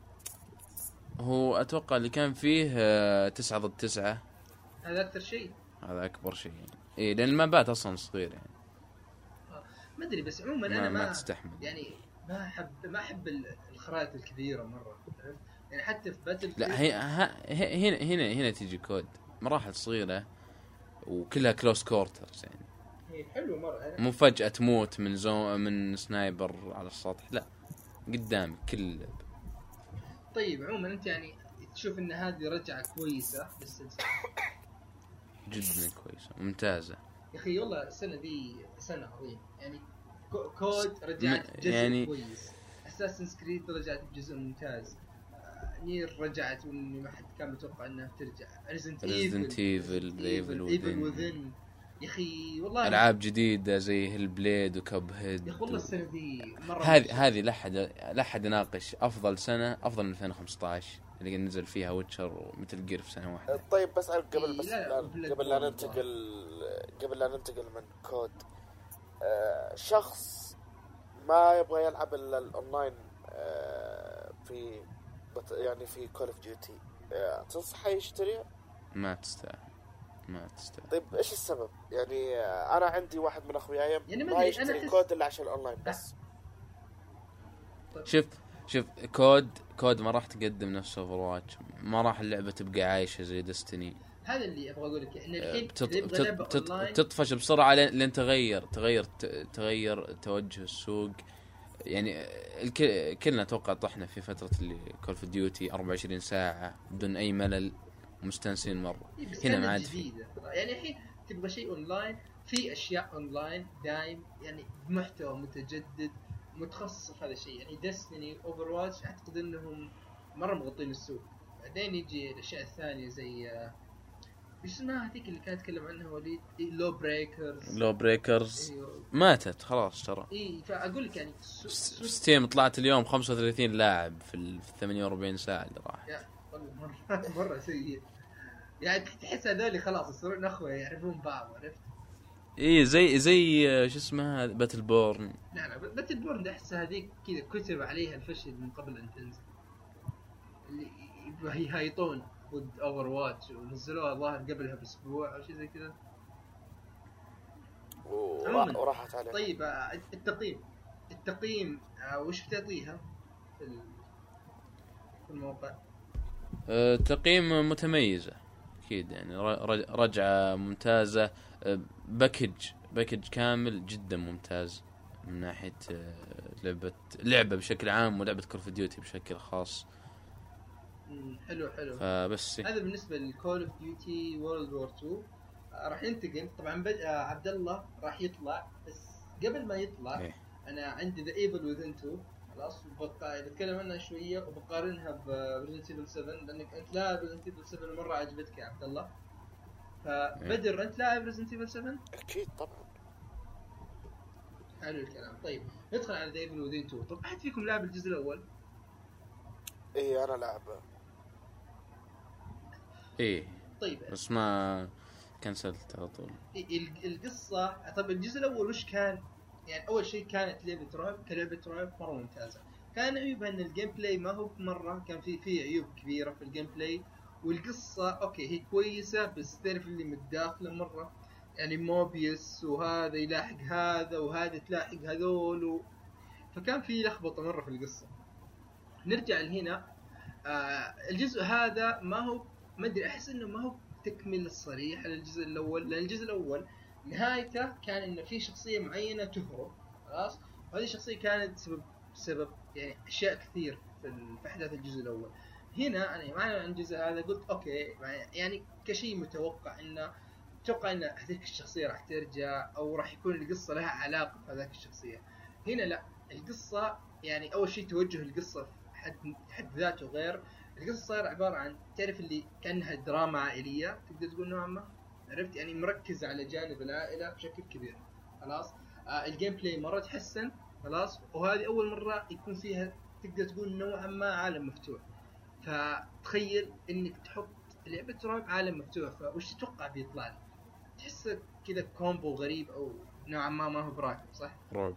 هو أتوقع اللي كان فيه أه تسعة ضد تسعة، هذا أكثر شيء، هذا أكبر شيء يعني. إيه لأن المابات أصلا صغير يعني. ما أدري بس عموما ما أنا ما, ما تستحمل يعني ما أحب ما أحب الخرائط الكبيرة مرة يعني. حتى في باتل لا هي هنا هنا هنا تيجي كود مراحل صغيرة وكلها كلوس كورترز يعني. هي حلوة مرة، مو فجأة تموت من زو من سنايبر على السطح، لا قدامك كل. طيب عموما أنت يعني تشوف إن هذه رجعة كويسة للسلسلة؟ جدا كويسة ممتازة يا أخي والله السنة دي سنة عظيمة يعني. كود رجعت بجزء يعني كويس، أساسنز كريد رجعت بجزء ممتاز، نير رجعت وإني ما حد كان متوقع إنها ترجع. ريزنت إيفل إيفل وذن يا أخي والله ألعاب جديدة زي هيل بليد وكب هيد. يا أخي والله السنة دي مرة هذه هذه لا حد لا حد يناقش أفضل سنة، أفضل من ألفين وخمسة عشر اللي نزل فيها ويتشر ومثل جير في سنة واحدة. طيب بس قبل بس لا قبل لا ننتقل قبل لا ننتقل من كود، آه شخص ما يبغى يلعب الا الاونلاين آه في يعني في كول اوف ديوتي، آه تنصحه يشتريها؟ ما تستاهل ما تستاهل. طيب ايش السبب؟ يعني آه انا عندي واحد من اخوياي يعني ما يشتري كود الا عشان الاونلاين بس. شوف شوف كود كود ما راح تقدم نفس اوفرواتش، ما راح اللعبة تبقى عايشة زي دستني. هذا اللي ابغى اقول لك ان الحين بتط... اللي يبغى لعبه بتط... اونلاين بتطفش بسرعه لين لين تغير تغير ت... تغير توجه السوق. يعني الك... كلنا اتوقع طحنا في فتره اللي كول اوف ديوتي أربعة وعشرين ساعه بدون اي ملل، مستانسين مره. هنا ما عاد في. يعني الحين تبغى شيء اونلاين، في اشياء اونلاين دايم يعني بمحتوى متجدد متخصص في هذا الشيء. يعني ديستني اوفر واتش اعتقد انهم مره مغطين السوق. بعدين يجي الاشياء الثانيه زي ايش اسمها هذيك اللي كانت اتكلم عنها وليد، لو بريكرز. لو بريكرز أيوه. ماتت خلاص ترى. اي فاقول لك يعني ستيم طلعت اليوم خمسة وثلاثين لاعب في ال ثمانية وأربعين ساعه اللي راح. يا والله مره مره سيء. يعني تحس هذول خلاص يصيرون اخوه يعرفون بعض، عرفت؟ ايه زي زي شو اسمها باتل بورن. لا لا باتل بورن احس هذيك كذا كتب عليها الفشل من قبل ان تنزل، اللي هي هايطون ضد اوفر واتش ونزلوها الظاهر قبلها باسبوع او شيء زي كذا وراحت عليه. طيب التقييم التقييم وش بتعطيها في في الموقع؟ أه تقييم متميزة اكيد، يعني رجعة ممتازة، باكج باكج كامل جدا ممتاز من ناحية لعبة لعبة بشكل عام ولعبة كول اوف ديوتي بشكل خاص. حلو حلو. فبس هذا بالنسبة لكول اوف ديوتي وورلد وور تو. راح ينتقل طبعا بد... عبد الله راح يطلع، بس قبل ما يطلع إيه. انا عندي ذا ايفل وذين تو خلاص بقى بتكلم عنها شويه وبقارنها بريزنت ايفل سبعة لانك انت لاعب ريزنت ايفل سبعة مره عجبتك يا عبد الله. فبدر انت لاعب ريزنت ايفل سبعة؟ اكيد طبعا. حلو الكلام. طيب ندخل على ذا ايفل وذين تو. طب احد فيكم لاعب الجزء الاول؟ ايه انا لاعب. ايه طيب بس ما كنسلت على طول. القصة طب الجزء الأول وش كان؟ يعني أول شيء كانت لعبة رعب، كلعبة رعب مرة ممتازة. كان عيوبها إن الجيم بلاي ما هو مرة، كان في في عيوب كبيرة في الجيم بلاي. والقصة أوكي هي كويسة بس تعرف اللي متداخلة مرة، يعني موبيس وهذا يلاحق هذا وهذا تلاحق هذول و... فكان في لخبطة مرة في القصة. نرجع لهنا. آه الجزء هذا ما هو ما أدري، أحس إنه ما هو تكمل الصريح للجزء الأول، لأن الجزء الأول نهايته كان إنه في شخصية معينة تهرب خلاص، وهذه الشخصية كانت سبب سبب يعني أشياء كثير في أحداث الجزء الأول. هنا أنا معنا عن الجزء هذا قلت أوكي يعني كشيء متوقع إنه توقع إن هذيك الشخصية راح ترجع أو راح يكون القصة لها علاقة بهذيك الشخصية. هنا لا، القصة يعني أول شيء توجه القصة حد حد ذاته غير. القصة صار عبارة عن تعرف اللي كأنها دراما عائلية تقدر تقول نوعا ما، عرفت؟ يعني مركز على جانب العائلة بشكل كبير خلاص. آه الجيم بلاي مرة تحسن خلاص، وهذه أول مرة يكون فيها تقدر تقول نوعا ما عالم مفتوح. فتخيل إنك تحط لعبة رعب عالم مفتوح، فوش تتوقع بيطلع لك؟ تحس كذا كومبو غريب أو نوعا ما ما هو براكب صح؟ رعب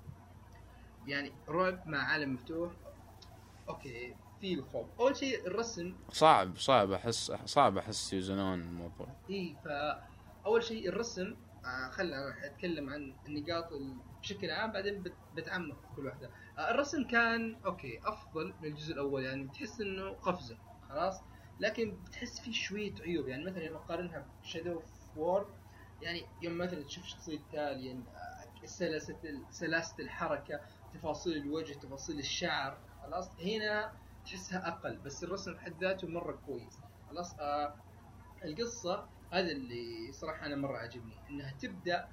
يعني رعب مع عالم مفتوح. أوكي في الخوف. أول شيء الرسم صعب صعب أحس صعب أحس يوزنون الموضوع. إيه فأول شيء الرسم آه خلنا راح أتكلم عن النقاط بشكل عام بعدين بتعمق في كل واحدة. آه الرسم كان أوكي أفضل من الجزء الأول، يعني تحس إنه قفزة خلاص، لكن بتحس فيه شوية عيوب. يعني مثلا لما أقارنها بشادو اوف وور، يعني يوم مثلا تشوف شخصية تاليان آه سلاسة سلاسة الحركة، تفاصيل الوجه، تفاصيل الشعر خلاص، هنا تحسها أقل، بس الرسم بحد ذاته مرة كويس خلاص. آه القصة هذا اللي صراحة أنا مرة عجبني، إنها تبدأ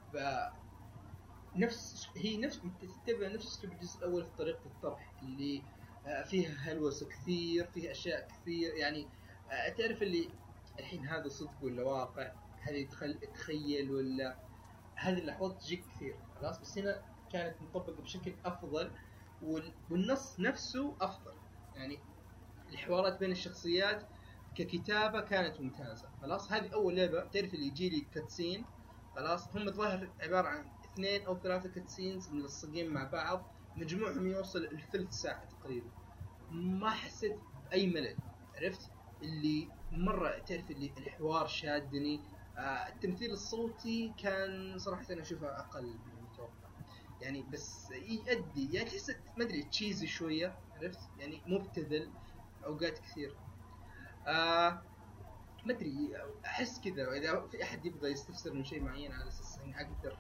بنفس هي نفس تبدأ نفس أسلوب الجزء الأول في طريقة الطرح اللي آه فيها هلوسة كثير، فيها أشياء كثير. يعني آه تعرف اللي الحين هذا صدق ولا واقع، هذه تخل... تخيل ولا هذه اللحظات تجيك كثير خلاص. بس هنا كانت مطبقة بشكل أفضل، والنص نفسه أفضل. يعني الحوارات بين الشخصيات ككتابة كانت ممتازة خلاص. هذه أول لعبة تعرف اللي يجي لي كاتسين خلاص، هم ظاهر عبارة عن اثنين أو ثلاثة كاتسينز ملصقين مع بعض، مجموعهم يوصل لثلث ساعة تقريبا. ما حسيت بأي ملل، عرفت اللي مرة تعرف اللي الحوار شادني. آه التمثيل الصوتي كان صراحة أنا أشوفه أقل من المتوقع، يعني بس يؤدي يعني تحس ما أدري تشيزي شوية، عرفت يعني مبتذل أوقات كثير. آه ما ادري احس كذا، اذا في احد يبغى يستفسر من شيء معين على اساس اني اقدر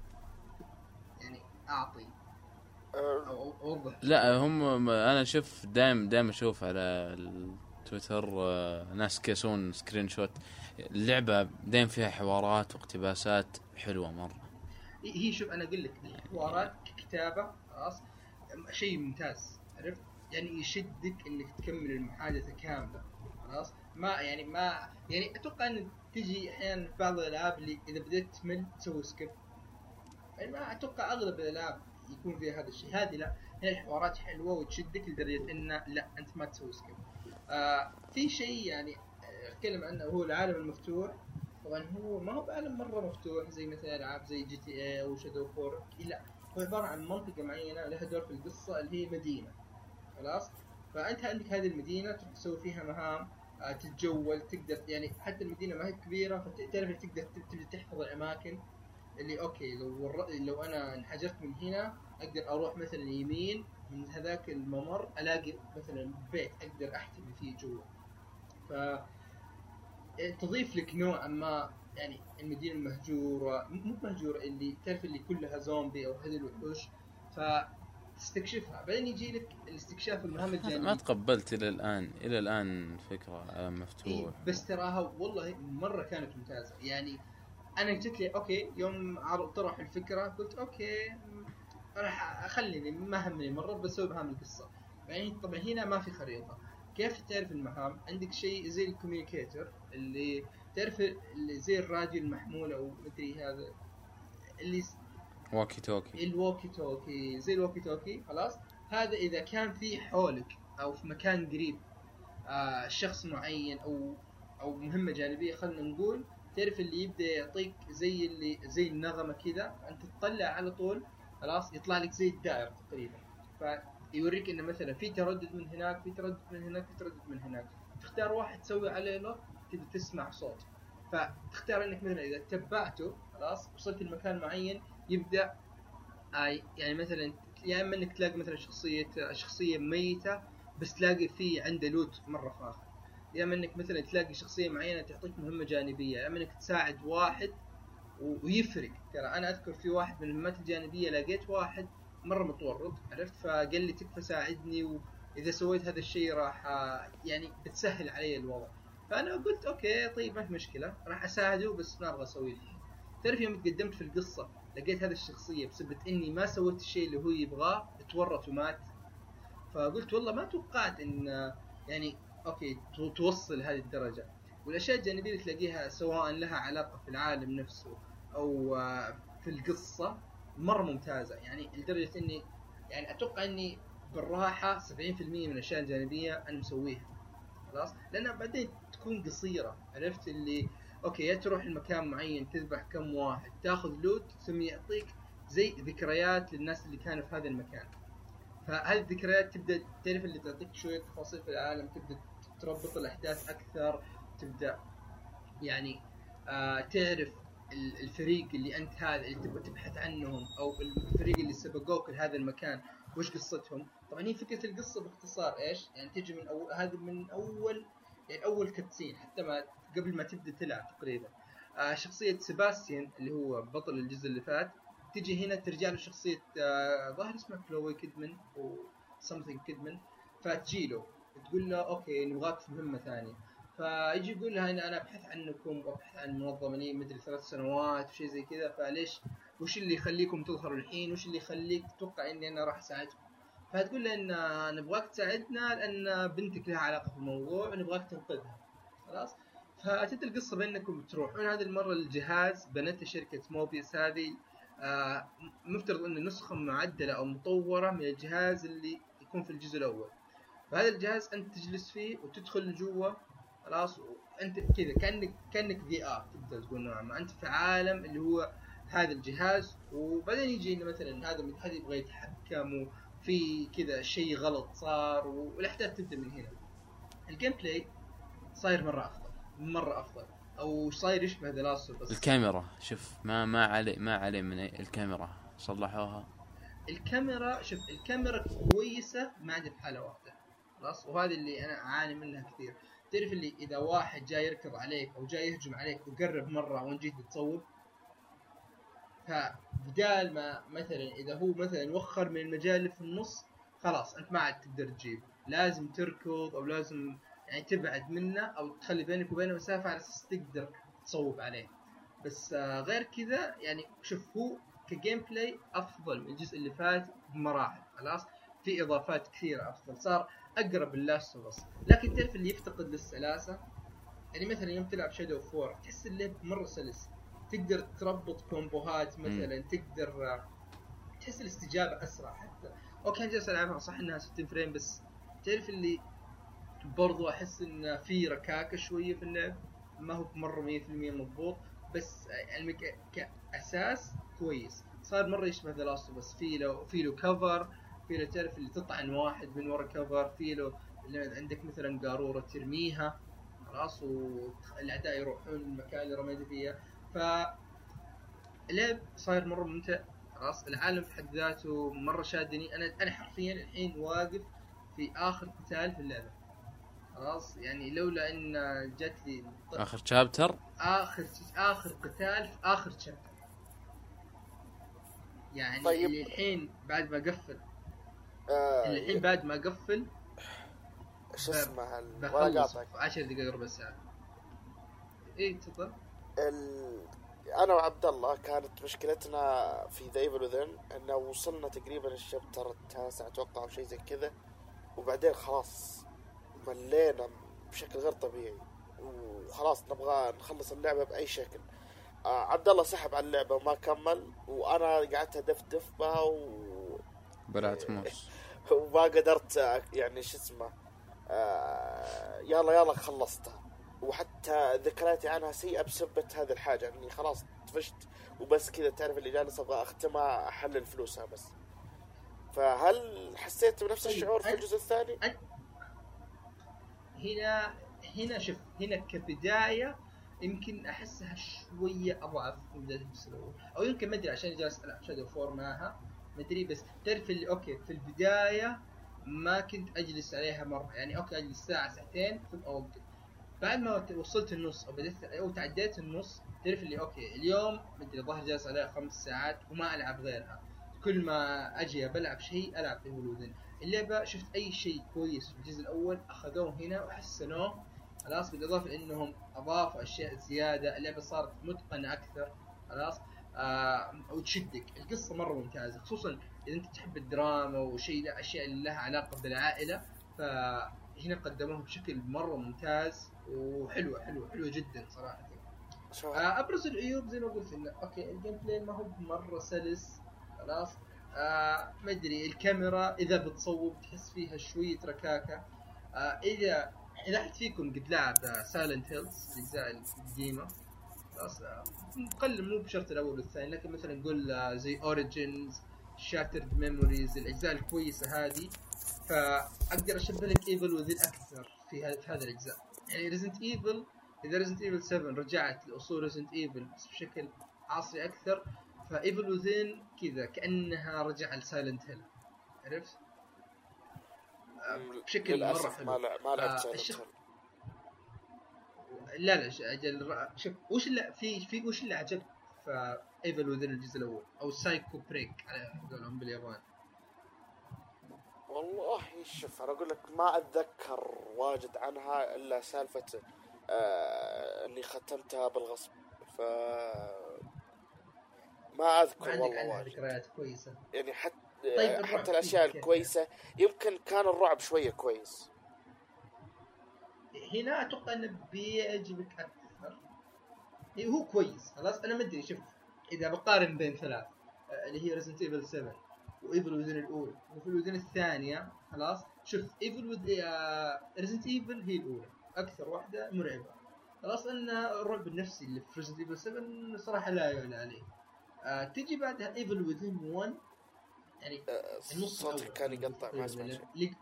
يعني اعطي أه، او اوضح. لا هم انا شوف دائم دائم اشوف على التويتر آه، ناس كيسون سكرين شوت اللعبه دائم فيها حوارات واقتباسات حلوه مره. هي شوف انا اقول لك الحوارات كتابه خلاص شيء ممتاز، عرفت يعني يشدك انك تكمل المحادثه كامله خلاص. ما يعني ما يعني اتوقع ان تجي احيانا في بعض الالعاب اللي اذا بديت تمل تسوي سكيب، يعني ما اتوقع اغلب الالعاب يكون فيها هذا الشيء. هذه لا، هنا الحوارات حلوه وتشدك لدرجه ان لا انت ما تسوي سكيب. آه في شيء يعني اتكلم عنه هو العالم المفتوح. طبعا هو ما هو بعالم مره مفتوح زي مثلا العاب زي جي تي اي او شادو فور، لا هو عباره عن منطقه معينه لها دور في القصه اللي هي مدينه خلاص. فانت عندك هذه المدينه تروح تسوي فيها مهام، آه تتجول تقدر يعني حتى المدينه ما هي كبيره فتعرف تقدر تبدا تحفظ الاماكن اللي اوكي لو لو انا انحجرت من هنا اقدر اروح مثلا يمين من هذاك الممر الاقي مثلا بيت اقدر احتمي فيه جوا. ف تضيف لك نوعا ما يعني المدينه المهجوره مو مهجوره اللي تعرف اللي كلها زومبي او هذه الوحوش، فتستكشفها بعدين يجي لك الاستكشاف المهام الجانبيه. ما تقبلت الى الان الى الان فكره عالم مفتوح. إيه بس تراها والله مره كانت ممتازه. يعني انا جت لي اوكي يوم طرح الفكره قلت اوكي راح اخليني ما همني مره بسوي مهام القصه. يعني طبعا هنا ما في خريطه، كيف تعرف المهام؟ عندك شيء زي الكوميونيكيتر اللي تعرف اللي زي الراديو المحمول او مدري هذا اللي واكي توكي، الووكي توكي زي الووكي توكي خلاص. هذا اذا كان في حولك او في مكان قريب آه شخص معين او او مهمه جانبيه خلينا نقول، تعرف اللي يبدا يعطيك زي اللي زي النغمه كذا انت تطلع على طول خلاص يطلع لك زي الدائره تقريبا، فيوريك انه مثلا في تردد من هناك في تردد من هناك في تردد من هناك. تختار واحد تسوي عليه لوك تبدا تسمع صوت، فتختار انك مثلا اذا تبعته خلاص وصلت لمكان معين يبدا اي يعني مثلا يا اما انك تلاقي مثلا شخصيه شخصيه ميته بس تلاقي فيه عنده لوت مره فاخر، يا اما انك مثلا تلاقي شخصيه معينه تعطيك مهمه جانبيه، يا اما انك تساعد واحد ويفرق. ترى انا اذكر في واحد من المهمات الجانبيه لقيت واحد مره متورط عرفت فقال لي تكفى ساعدني واذا سويت هذا الشيء راح يعني بتسهل علي الوضع. فانا قلت اوكي طيب ما في مشكله راح اساعده بس ما ابغى اسوي له. تعرف يوم تقدمت في القصه لقيت هذه الشخصيه بسبب اني ما سويت الشيء اللي هو يبغاه تورط ومات. فقلت والله ما توقعت ان يعني اوكي توصل هذه الدرجه. والاشياء الجانبيه اللي تلاقيها سواء لها علاقه في العالم نفسه او في القصه مره ممتازه، يعني لدرجه اني يعني اتوقع اني بالراحه سبعين بالمئة من الاشياء الجانبيه انا مسويها خلاص، لانها بعدين تكون قصيره عرفت اللي اوكي يا تروح المكان معين تذبح كم واحد تاخذ لوت ثم يعطيك زي ذكريات للناس اللي كانوا في هذا المكان. فهذه الذكريات تبدا تعرف اللي تعطيك شويه تفاصيل في العالم، تبدا تربط الاحداث اكثر، تبدا يعني آه تعرف الفريق اللي انت هذا اللي تبغى تبحث عنهم او الفريق اللي سبقوك لهذا المكان وش قصتهم. طبعا هي فكره القصه باختصار ايش يعني تجي من اول هذا من اول يعني اول كاتسين حتى ما قبل ما تبدا تلعب تقريبا. آه شخصيه سيباستيان اللي هو بطل الجزء اللي فات تجي هنا ترجع له شخصيه آه ظاهر اسمها كلوي كيدمان او سمثينج كيدمان، فتجي له تقول له اوكي نبغاك في مهمه ثانيه، فيجي يقول لها انا ابحث عنكم وابحث عن منظمه لي مدري ثلاث سنوات وشيء زي كذا، فليش وش اللي يخليكم تظهروا الحين وش اللي يخليك تتوقع اني انا راح اساعدكم. فهتقول له ان نبغاك تساعدنا لان بنتك لها علاقه في الموضوع ونبغاك تنقذها خلاص. فتبدا القصه بينكم تروحون هذه المره الجهاز بنت شركه موبيس هذه آه مفترض انه نسخه معدله او مطوره من الجهاز اللي يكون في الجزء الاول. فهذا الجهاز انت تجلس فيه وتدخل جوا خلاص انت كذا كانك كانك في ار تقدر تقول نوعا ما انت في عالم اللي هو هذا الجهاز. وبعدين يجي انه مثلا هذا من هذا يبغى يتحكم وفي كذا شيء غلط صار والاحداث تبدا من هنا. الجيم بلاي صاير مره افضل مره افضل او صاير يشبه ذا لاست اوف اس. الكاميرا شوف ما ما عليه ما عليه من الكاميرا صلحوها. الكاميرا شوف الكاميرا كويسه ما عدا بحاله واحده خلاص. وهذه اللي انا اعاني منها كثير. تعرف اللي اذا واحد جاي يركض عليك او جاي يهجم عليك وقرب مره وانت جيت تصوب، فبدال ما مثلا اذا هو مثلا وخر من المجال اللي في النص، خلاص انت ما عاد تقدر تجيب، لازم تركض او لازم يعني تبعد منه او تخلي بينك وبينه مسافه على اساس تقدر تصوب عليه. بس آه غير كذا يعني شوف، هو كجيم بلاي افضل من الجزء اللي فات بمراحل. خلاص في اضافات كثيره افضل، صار اقرب للاست اوف اس. لكن تعرف اللي يفتقد للسلاسه، يعني مثلا يوم تلعب شادو فور تحس اللعب مره سلس، تقدر تربط كومبوهات مثلا، تقدر تحس الاستجابه اسرع. حتى اوكي جالس العبها صح انها ستين فريم، بس تعرف اللي برضو احس ان في ركاكه شويه في اللعب، ما هو مره مية بالمية مضبوط. بس يعني كاساس كويس، صار مره يشبه ذا لاست، بس في له في له كفر، في له تعرف اللي تطعن واحد من ورا كفر، في له اللي عندك مثلا قاروره ترميها خلاص والاعداء يروحون المكان اللي رميته فيها. ف اللعب صاير مره ممتع. خلاص العالم بحد ذاته مره شادني. انا انا حرفيا الحين واقف في اخر قتال في اللعبه. خلاص يعني لولا ان جت لي اخر شابتر، اخر اخر قتال في اخر شابتر يعني. طيب. اللي الحين بعد ما قفل آه اللي الحين بعد ما قفل شو اسمه بخلص في عشر دقائق ربع ساعه. ايه تفضل. ال... انا وعبد الله كانت مشكلتنا في ذا ايفل وذن انه وصلنا تقريبا الشابتر التاسع اتوقع او شيء زي كذا، وبعدين خلاص ملينا بشكل غير طبيعي وخلاص نبغى نخلص اللعبه باي شكل. آه عبد الله سحب على اللعبه وما كمل، وانا قعدت ادفدف بها و بلعت موس وما قدرت يعني شو اسمه آه يلا يلا خلصتها. وحتى ذكرياتي عنها سيئة بسبة هذه الحاجة اني خلاص طفشت وبس كذا، تعرف اللي جالس ابغى اختمها احلل فلوسها بس. فهل حسيت بنفس الشعور في الجزء الثاني؟ هنا هنا شوف، هنا كبداية يمكن احسها شوية اضعف من بداية الجزء الاول، او يمكن ما ادري عشان جالس العب شادو فور معها ما ادري. بس تعرف اللي اوكي في البداية ما كنت اجلس عليها مرة، يعني اوكي اجلس ساعة ساعتين ثم اوقف. بعد ما وصلت النص او بديت او تعديت النص تعرف اللي اوكي اليوم مدري ظهر جالس عليها خمس ساعات وما العب غيرها. كل ما اجي بلعب شيء العب في هولودن. اللعبه شفت اي شيء كويس في الجزء الاول اخذوه هنا وحسنوه خلاص، بالاضافه لانهم اضافوا اشياء زياده. اللعبه صارت متقنه اكثر خلاص. آه وتشدك القصه مره ممتازه، خصوصا اذا انت تحب الدراما وشيء اشياء اللي لها علاقه بالعائله، فهنا قدموه بشكل مره ممتاز وحلوه حلوه حلوه جدا صراحه. آه ابرز العيوب زي ما قلت انه اوكي الجيم بلاي ما هو مره سلس خلاص. آه ما ادري الكاميرا اذا بتصوب تحس فيها شويه ركاكه. آه اذا اذا احد فيكم قد لعب سايلنت هيلز الاجزاء القديمه خلاص، مقلل مو بشرط الاول والثاني، لكن مثلا نقول آه زي اوريجينز، شاترد ميموريز، الاجزاء الكويسه هذه، فاقدر اشبه لك ايفل وذين اكثر في هذه هذه الاجزاء. يعني ريزنت ايفل اذا ريزنت ايفل سبعة رجعت لاصول ريزنت ايفل بس بشكل عصري اكثر، فايفل وذين كذا كانها رجع لسايلنت هيل، عرفت؟ بشكل مره حلو. ما لعب ما لعبت سايلنت هيل. لا لا اجل شوف وش اللي في في وش اللي عجبك في ايفل وذين الجزء الاول او سايكو بريك على قولهم باليابان؟ والله شوف انا اقول لك ما اتذكر واجد عنها الا سالفه آه اني ختمتها بالغصب، ف ما اذكر والله واجد ذكريات كويسه يعني. حتى طيب حتى الاشياء الكويسه يمكن كان الرعب شويه كويس هنا. اتوقع انه بيعجبك اكثر. هو كويس خلاص. انا ما ادري شوف اذا بقارن بين ثلاث اللي هي ريزنت ايفل سبعة وايفل وذين الاولى وايفل وذين الثانيه خلاص، شوف ايفل وذ ريزنت ايفل هي الاولى اكثر واحده مرعبه خلاص، ان الرعب النفسي اللي في ريزنت ايفل سبعة صراحه لا يعلى عليه. آه تجي بعدها ايفل وذين واحد يعني آه النص صوتك كان يقطع ما اسمع شيء. لي...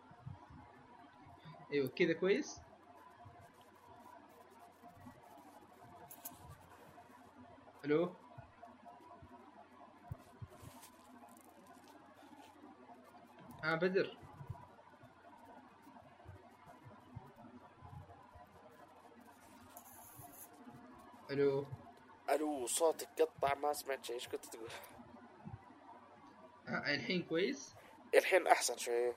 ايوه كذا كويس. الو اه بدر الو الو صوتك قطع ما سمعت شيء. ايش كنت تقول؟ آه، الحين كويس. الحين احسن شوي.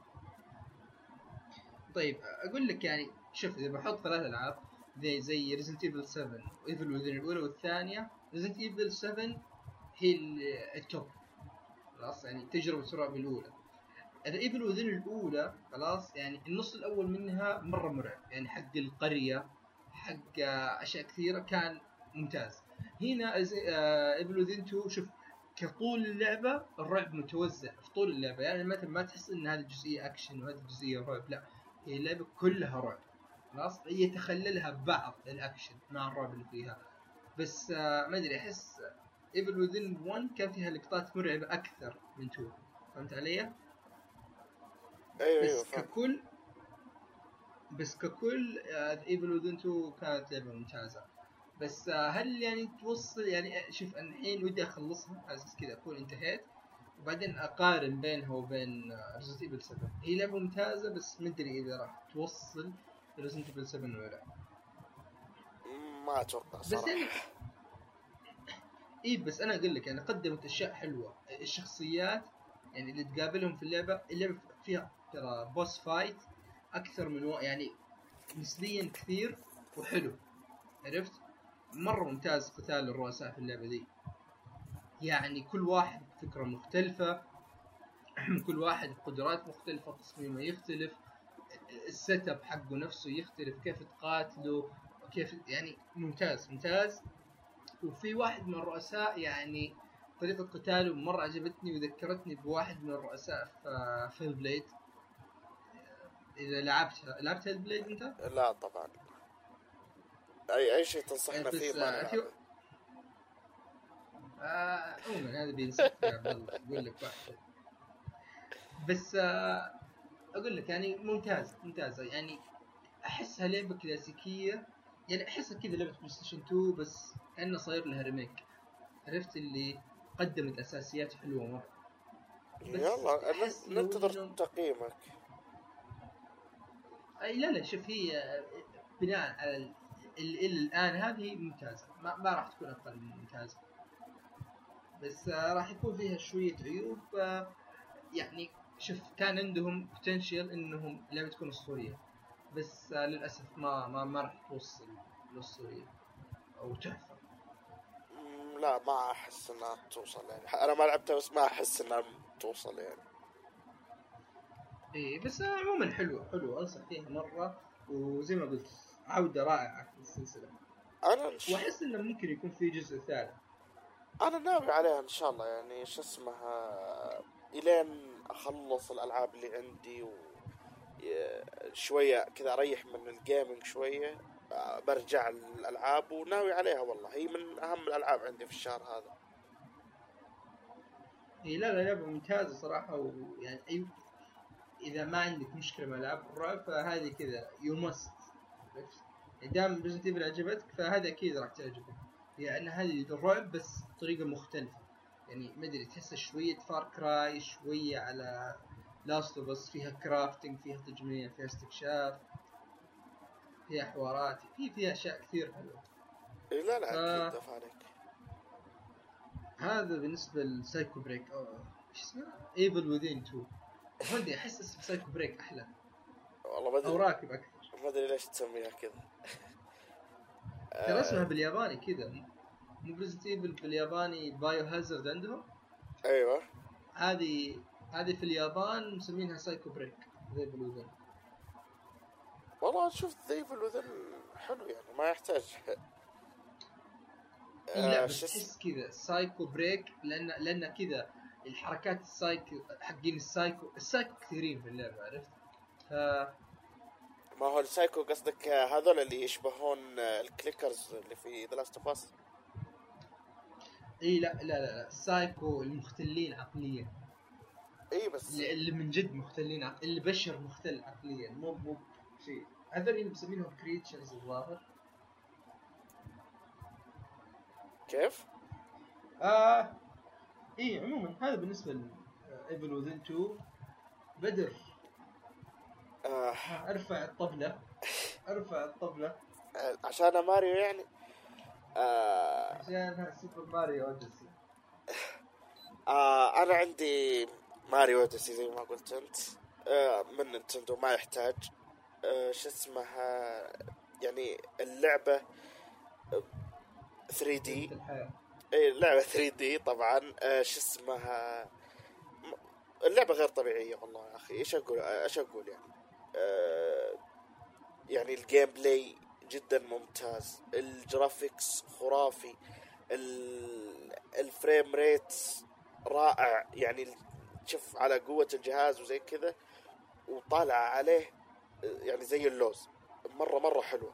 طيب اقول لك يعني شوف، اذا بحط ثلاث العاب زي زي ريزنت ايفل سبعة وايفل وذين الاولى والثانيه، ريزنت ايفل سبعة هي ال- التوب خلاص، يعني تجربه رعب الاولى. اذا ايفل وذين الاولى خلاص، يعني النص الاول منها مره مرعب، يعني حق القريه، حق آه، اشياء كثيره كان ممتاز. هنا ايفل وذين اثنين شوف، كطول اللعبه الرعب متوزع في طول اللعبه، يعني مثلا ما تحس ان هذه الجزئيه اكشن وهذه الجزئيه رعب، لا هي اللعبه كلها رعب خلاص، يتخللها بعض الاكشن مع الرعب اللي فيها. بس آه ما ادري، احس ايفل وذين واحد كان فيها لقطات مرعبه اكثر من اثنين. فهمت علي؟ ايوه ايوه بس فاهم. ككل بس ككل ايفل وذين اثنين كانت لعبه ممتازه. بس آه هل يعني توصل، يعني شوف أنا الحين ودي اخلصها على اساس كذا اكون انتهيت، وبعدين اقارن بينها وبين ريزنت ايفل سبعة. هي لعبه ممتازه بس ما ادري اذا راح توصل ريزنت ايفل سبعة ولا لا. ما اتوقع بس يعني صراحه. اي بس انا اقول لك يعني قدمت اشياء حلوه، الشخصيات يعني اللي تقابلهم في اللعبه، اللعبه فيها ترى بوس فايت اكثر من و... يعني نسبيا كثير وحلو، عرفت؟ مره ممتاز قتال الرؤساء في اللعبه دي، يعني كل واحد فكره مختلفه كل واحد بقدرات مختلفه، تصميمه يختلف، السيت اب حقه نفسه يختلف، كيف تقاتله، كيف يعني ممتاز ممتاز. وفي واحد من الرؤساء يعني طريقة قتاله مرة عجبتني وذكرتني بواحد من الرؤساء في فيل بليد. إذا لعبتها لعبت هيل بليد أنت؟ لا طبعا. اي اي شيء تنصحنا فيه بس ما آه، في نلعبه. آه، عموما هذا بينصح فيه عبد الله، يقول لك واحد. بس آه، أقول لك يعني ممتاز ممتازة، يعني أحسها لعبة كلاسيكية، يعني أحسها كذا لعبة بلاي ستيشن اثنين بس كأنه صاير لها ريميك، عرفت اللي قدمت أساسيات حلوة مرة. بس يلا أحس ن- لو ننتظر إنه تقييمك. اي لا لا شوف، هي بناء على ال- ال- الى الان هذه ممتازه، ما, ما راح تكون اقل من ممتازه، بس آه، راح يكون فيها شويه عيوب. آه، يعني شوف كان عندهم بوتنشل انهم لعبه تكون اسطوريه، بس آه، للاسف ما ما ما راح توصل الاسطوريه او تحفه. مم، لا ما احس انها توصل يعني. انا ما لعبتها بس ما احس انها توصل يعني. اي بس آه، عموما حلوه حلوه، انصح فيها مره، وزي ما قلت عوده رائعه في السلسله، انا نش... واحس انه ممكن يكون في جزء ثالث. انا ناوي عليها ان شاء الله يعني. شو اسمها، الين اخلص الالعاب اللي عندي و ي- شويه كذا اريح من الجيمنج شويه. آه، برجع الالعاب وناوي عليها والله. هي من اهم الالعاب عندي في الشهر هذا. اي لا لا لعبه ممتازه صراحه، ويعني اي اذا ما عندك مشكله مع العاب الرعب فهذه كذا يو ماست. دام ريزنت ايفل عجبتك فهذا اكيد راح تعجبك، هي ان هذه الرعب بس بطريقه مختلفه، يعني ما ادري تحس شويه فار كراي، شويه على لاست اوف اس، فيها كرافتنج، فيها تجميع، فيها استكشاف، فيها حوارات، في فيها اشياء كثير حلوه. إيه لا لا اكيد فهذا دفع عليك. بالنسبه لسايكو بريك، او ايش اسمه، ايفل وذين اثنين. ما ادري احس اسم سايكو بريك احلى والله ما او ادري راكب اكثر. ما ادري ليش تسميها كذا. ترى اسمها آه بالياباني كذا، مو بريزنت ايفل بالياباني بايو هازارد عندهم، ايوه هذه هذه في اليابان مسمينها سايكو بريك زي بلوزن. والله شفت ذيب الوذن حلو يعني ما يحتاج. اي لا آه بس شو اسمه. تحس كذا سايكو بريك، لان لان كذا الحركات السايكو حقين السايكو السايكو كثيرين في اللعبه، عرفت؟ ف ما هو السايكو قصدك هذول اللي يشبهون الكليكرز اللي في ذا لاست اوف اس. اي لا لا لا, لا. السايكو المختلين عقليا، اي بس اللي, اللي من جد مختلين عقل... اللي بشر مختل عقليا، مو مو شيء، هذول اللي مسمينهم كريتشرز الظاهر. كيف؟ آه ايه عموما هذا بالنسبه لايفل وذين اثنين. بدر آه ارفع الطبله ارفع الطبله. عشان ماريو يعني. آه عشان سوبر ماريو اوديسي. آه انا عندي ماريو اوديسي زي ما قلت انت، آه من نينتندو، ما يحتاج. آه شو اسمها يعني اللعبة ثري دي. اي اللعبة ثري دي طبعا. آه شو اسمها اللعبة غير طبيعية والله يا اخي. ايش اقول ايش اقول يعني آه يعني الجيم بلاي جدا ممتاز، الجرافيكس خرافي، الفريم ريت رائع، يعني شوف على قوة الجهاز وزي كذا، وطالع عليه يعني زي اللوز، مرة مرة حلوة،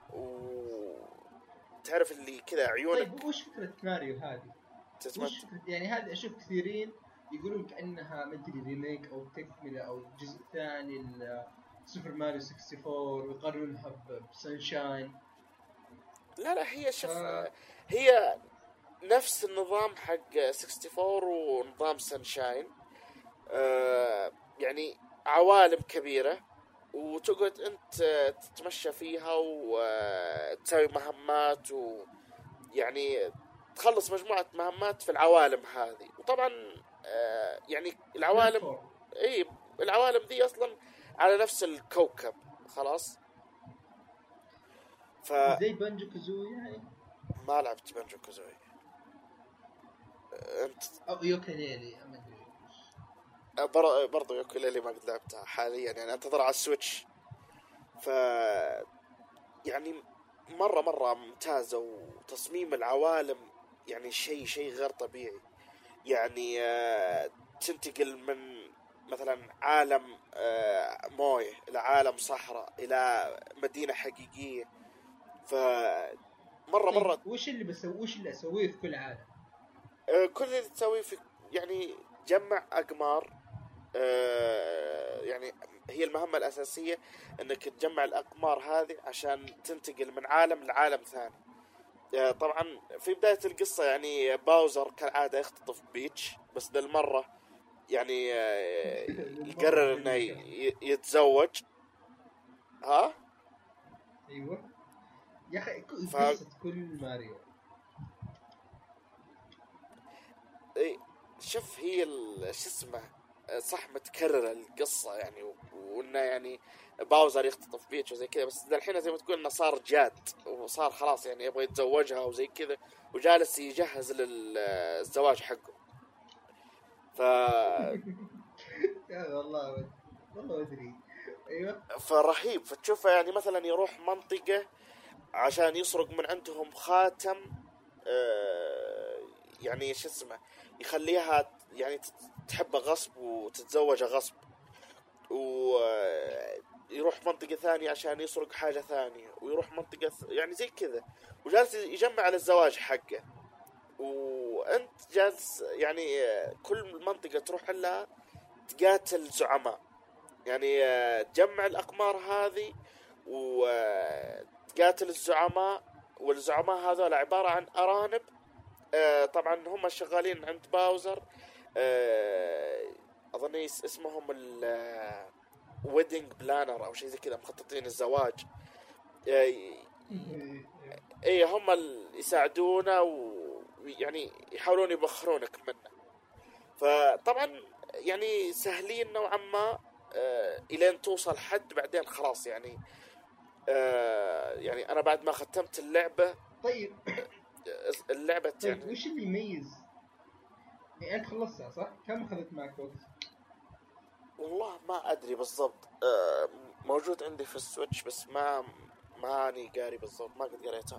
وتعرف اللي كذا عيونك. طيب وش فكرة ماريو هذه؟ وش فكرة يعني هذا؟ أشوف كثيرين يقولون كأنها مدري ريميك أو تكملة أو جزء ثاني لسوبر ماريو ستة وستين ويقارنونها بسانشاين. لا لا هي شوف ف... هي نفس النظام حق أربعة وستين ونظام سانشاين. آه يعني عوالم كبيرة وتقعد انت تتمشى فيها وتسوي مهمات، ويعني تخلص مجموعة مهمات في العوالم هذه. وطبعا آه يعني العوالم اي العوالم دي اصلا على نفس الكوكب خلاص. ف... زي بانجو كازوي يعني. ما لعبت بانجو كازوي انت او يوكليلي ما ادري بر... برضو يوكليلي ما قد لعبتها حاليا، يعني انتظر على السويتش. ف يعني مرة مرة ممتازة، وتصميم العوالم يعني شيء شيء غير طبيعي. يعني آه تنتقل من مثلا عالم آه مويه الى عالم صحراء الى مدينة حقيقية. ف مرة طيب مرة وش اللي بسوي وش اللي اسويه في كل عالم؟ آه كل اللي تسويه في يعني جمع اقمار. آه يعني هي المهمة الأساسية أنك تجمع الأقمار هذه عشان تنتقل من عالم لعالم ثاني. آه طبعا في بداية القصة يعني باوزر كالعادة يختطف بيتش، بس ذا المرة يعني آه يقرر أنه يتزوج. ها؟ أيوة يا أخي ف... قصة كل ماريو. إيه شوف هي شو اسمه صح متكررة القصة يعني، وانه يعني باوزر يختطف بيتش وزي كذا، بس الحين زي ما تقول انه صار جاد وصار خلاص يعني يبغى يتزوجها وزي كذا، وجالس يجهز للزواج حقه. ف يا والله والله ادري. ايوه فرهيب. فتشوفه يعني مثلا يروح منطقة عشان يسرق من عندهم خاتم، آه يعني شو اسمه يخليها يعني تحبه غصب وتتزوجه غصب، ويروح منطقة ثانية عشان يسرق حاجة ثانية، ويروح منطقة ث... يعني زي كذا، وجالس يجمع على الزواج حقه. وانت جالس يعني كل منطقة تروح لها تقاتل زعماء، يعني تجمع الأقمار هذه وتقاتل الزعماء. والزعماء هذول عبارة عن أرانب، طبعا هم شغالين عند باوزر، أظن اسمهم ال ويدنج بلانر أو شيء زي كذا، مخططين الزواج. إيه هم اللي يساعدونا ويعني يحاولون يبخرونك منه. فطبعا يعني سهلين نوعا ما إلين توصل حد، بعدين خلاص يعني يعني أنا بعد ما ختمت اللعبة. طيب اللعبة طيب يعني وش اللي يميز يعني أنت خلصتها صح؟ كم أخذت معك وقت؟ والله ما أدري بالضبط، موجود عندي في السويتش بس ما ماني قاري بالضبط، ما قد قريتها.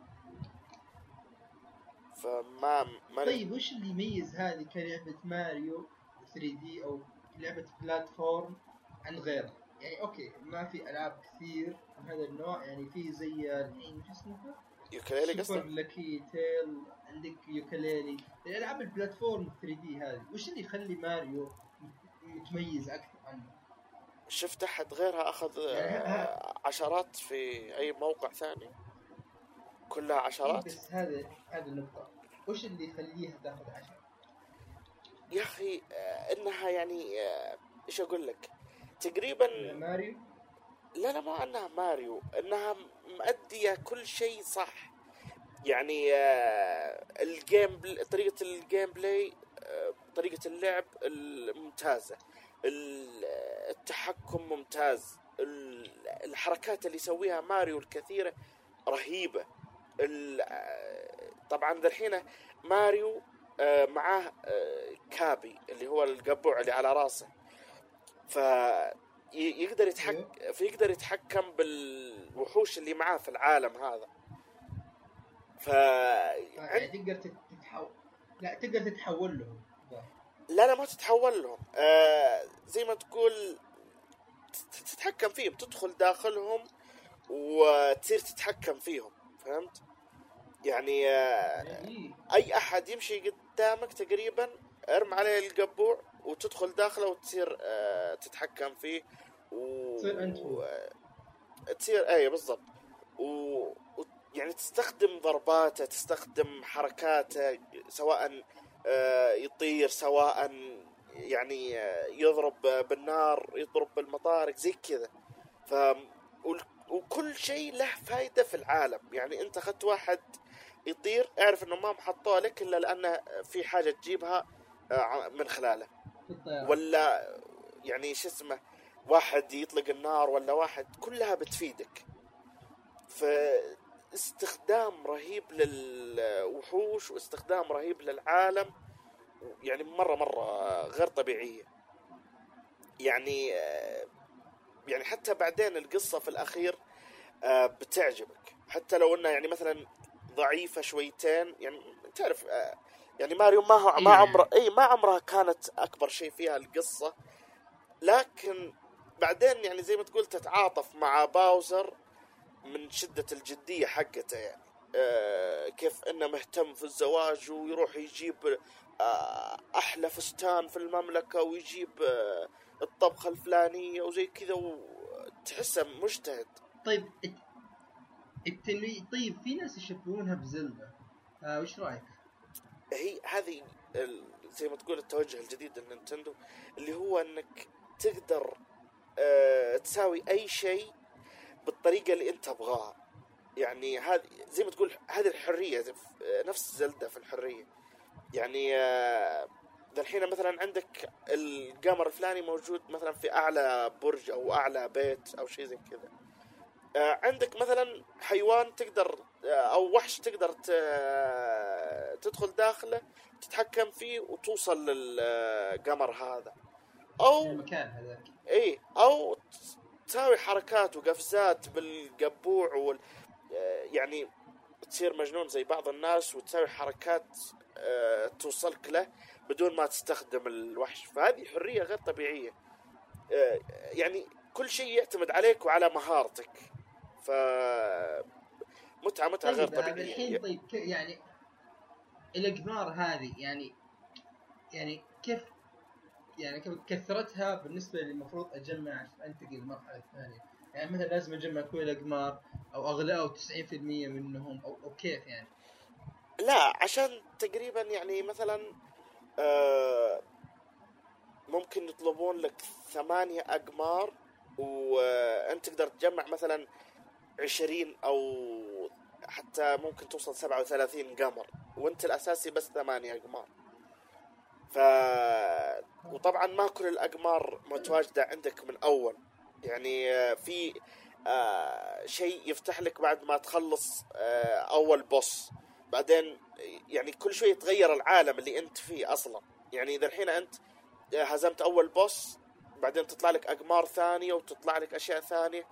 فما ما طيب وش اللي يميز هذه كلعبة ماريو ثري دي أو لعبة بلاتفورم عن غيرها؟ يعني أوكي ما في ألعاب كثير من هذا النوع، يعني في زي الحين شو اسمها؟ يوكليلي قصدك؟ سوبر لكي تيل، عندك يوكليلي، الألعاب البلاتفورم ثري دي هذه وش اللي يخلي ماريو متميز أكثر عنه؟ شفت أحد غيرها أخذ عشرات في أي موقع ثاني؟ كلها عشرات. بس هذا هذا النقطة، وش اللي يخليها تاخذ عشرة؟ يا أخي إنها يعني إيش أقول لك تقريبا ماريو. لا لا ما أنها ماريو، إنها مؤدية كل شيء صح. يعني آه الجيم بل... طريقة الجيم بلاي، آه طريقة اللعب الممتازة، التحكم ممتاز، الحركات اللي يسويها ماريو الكثيرة رهيبة. طبعا ذا الحين ماريو معاه كابي اللي هو القبوع اللي على راسه، فيقدر يتحكم فيقدر يتحكم بالوحوش اللي معاه في العالم هذا. ف يعني تقدر تتحول، لا تقدر تتحول لهم. لا لا ما تتحول لهم، آه زي ما تقول تتحكم فيهم، تدخل داخلهم وتصير تتحكم فيهم، فهمت؟ يعني آه اي احد يمشي قدامك تقريبا ارم عليه القبوع وتدخل داخله وتصير آه تتحكم فيه و... تصير انت هو. تصير ايه بالضبط، و... و... يعني تستخدم ضرباته، تستخدم حركاته، سواء آه يطير، سواء يعني يضرب بالنار، يضرب بالمطارق زي كذا. ف وكل شيء له فايدة في العالم. يعني انت اخذت واحد يطير، اعرف انه ما محطوه لك الا لانه في حاجة تجيبها من خلاله، ولا يعني شو اسمه واحد يطلق النار، ولا واحد، كلها بتفيدك. فاستخدام رهيب للوحوش واستخدام رهيب للعالم، يعني مرة مرة غير طبيعية. يعني يعني حتى بعدين القصة في الأخير بتعجبك، حتى لو إنها يعني مثلا ضعيفة شويتين. يعني تعرف يعني ماريو ما هو ما عمره أي ما عمرها كانت أكبر شيء فيها القصة، لكن بعدين يعني زي ما تقول تتعاطف مع باوزر من شدة الجدية حقته. يعني آه كيف إنه مهتم في الزواج ويروح يجيب آه أحلى فستان في المملكة ويجيب آه الطبخة الفلانية وزي كذا، وتحسه مجتهد. طيب التنوي طيب في ناس يشبهونها بزلدة، آه وش رأيك؟ هي هذه زي ما تقول التوجه الجديد للنينتندو، اللي هو إنك تقدر آه تساوي أي شيء بالطريقة اللي أنت تبغاها. يعني هذه زي ما تقول هذه الحرية، نفس زلدة في الحرية. يعني ذا الحين مثلا عندك القمر الفلاني موجود مثلا في أعلى برج أو أعلى بيت أو شيء زي كذا، عندك مثلا حيوان تقدر أو وحش تقدر تدخل داخله تتحكم فيه وتوصل للقمر هذا، أو المكان هذاك. إيه، أو تساوي حركات وقفزات بالقبوع وال... يعني تصير مجنون زي بعض الناس وتساوي حركات أه توصلك له بدون ما تستخدم الوحش. فهذه حرية غير طبيعية. أه يعني كل شيء يعتمد عليك وعلى مهارتك، ف متعة متعة غير طبيعية. الحين طيب يعني الأقمار هذه يعني يعني كيف يعني كيف كثرتها بالنسبة اللي المفروض أجمع عشان أنتقل للمرحلة الثانية؟ يعني مثلا لازم أجمع كل الأقمار أو أغلى أو تسعين في المية منهم أو, أو كيف يعني؟ لا عشان تقريبا يعني مثلا آه ممكن يطلبون لك ثمانية أقمار وأنت تقدر تجمع مثلا عشرين أو حتى ممكن توصل سبعة وثلاثين قمر، وأنت الأساسي بس ثمانية أقمار. ف وطبعا ما كل الأقمار متواجدة عندك من أول. يعني في آه شيء يفتح لك بعد ما تخلص آه أول بوس، بعدين يعني كل شوي يتغير العالم اللي أنت فيه أصلا. يعني إذا الحين أنت هزمت أول بوس، بعدين تطلع لك أقمار ثانية وتطلع لك أشياء ثانية،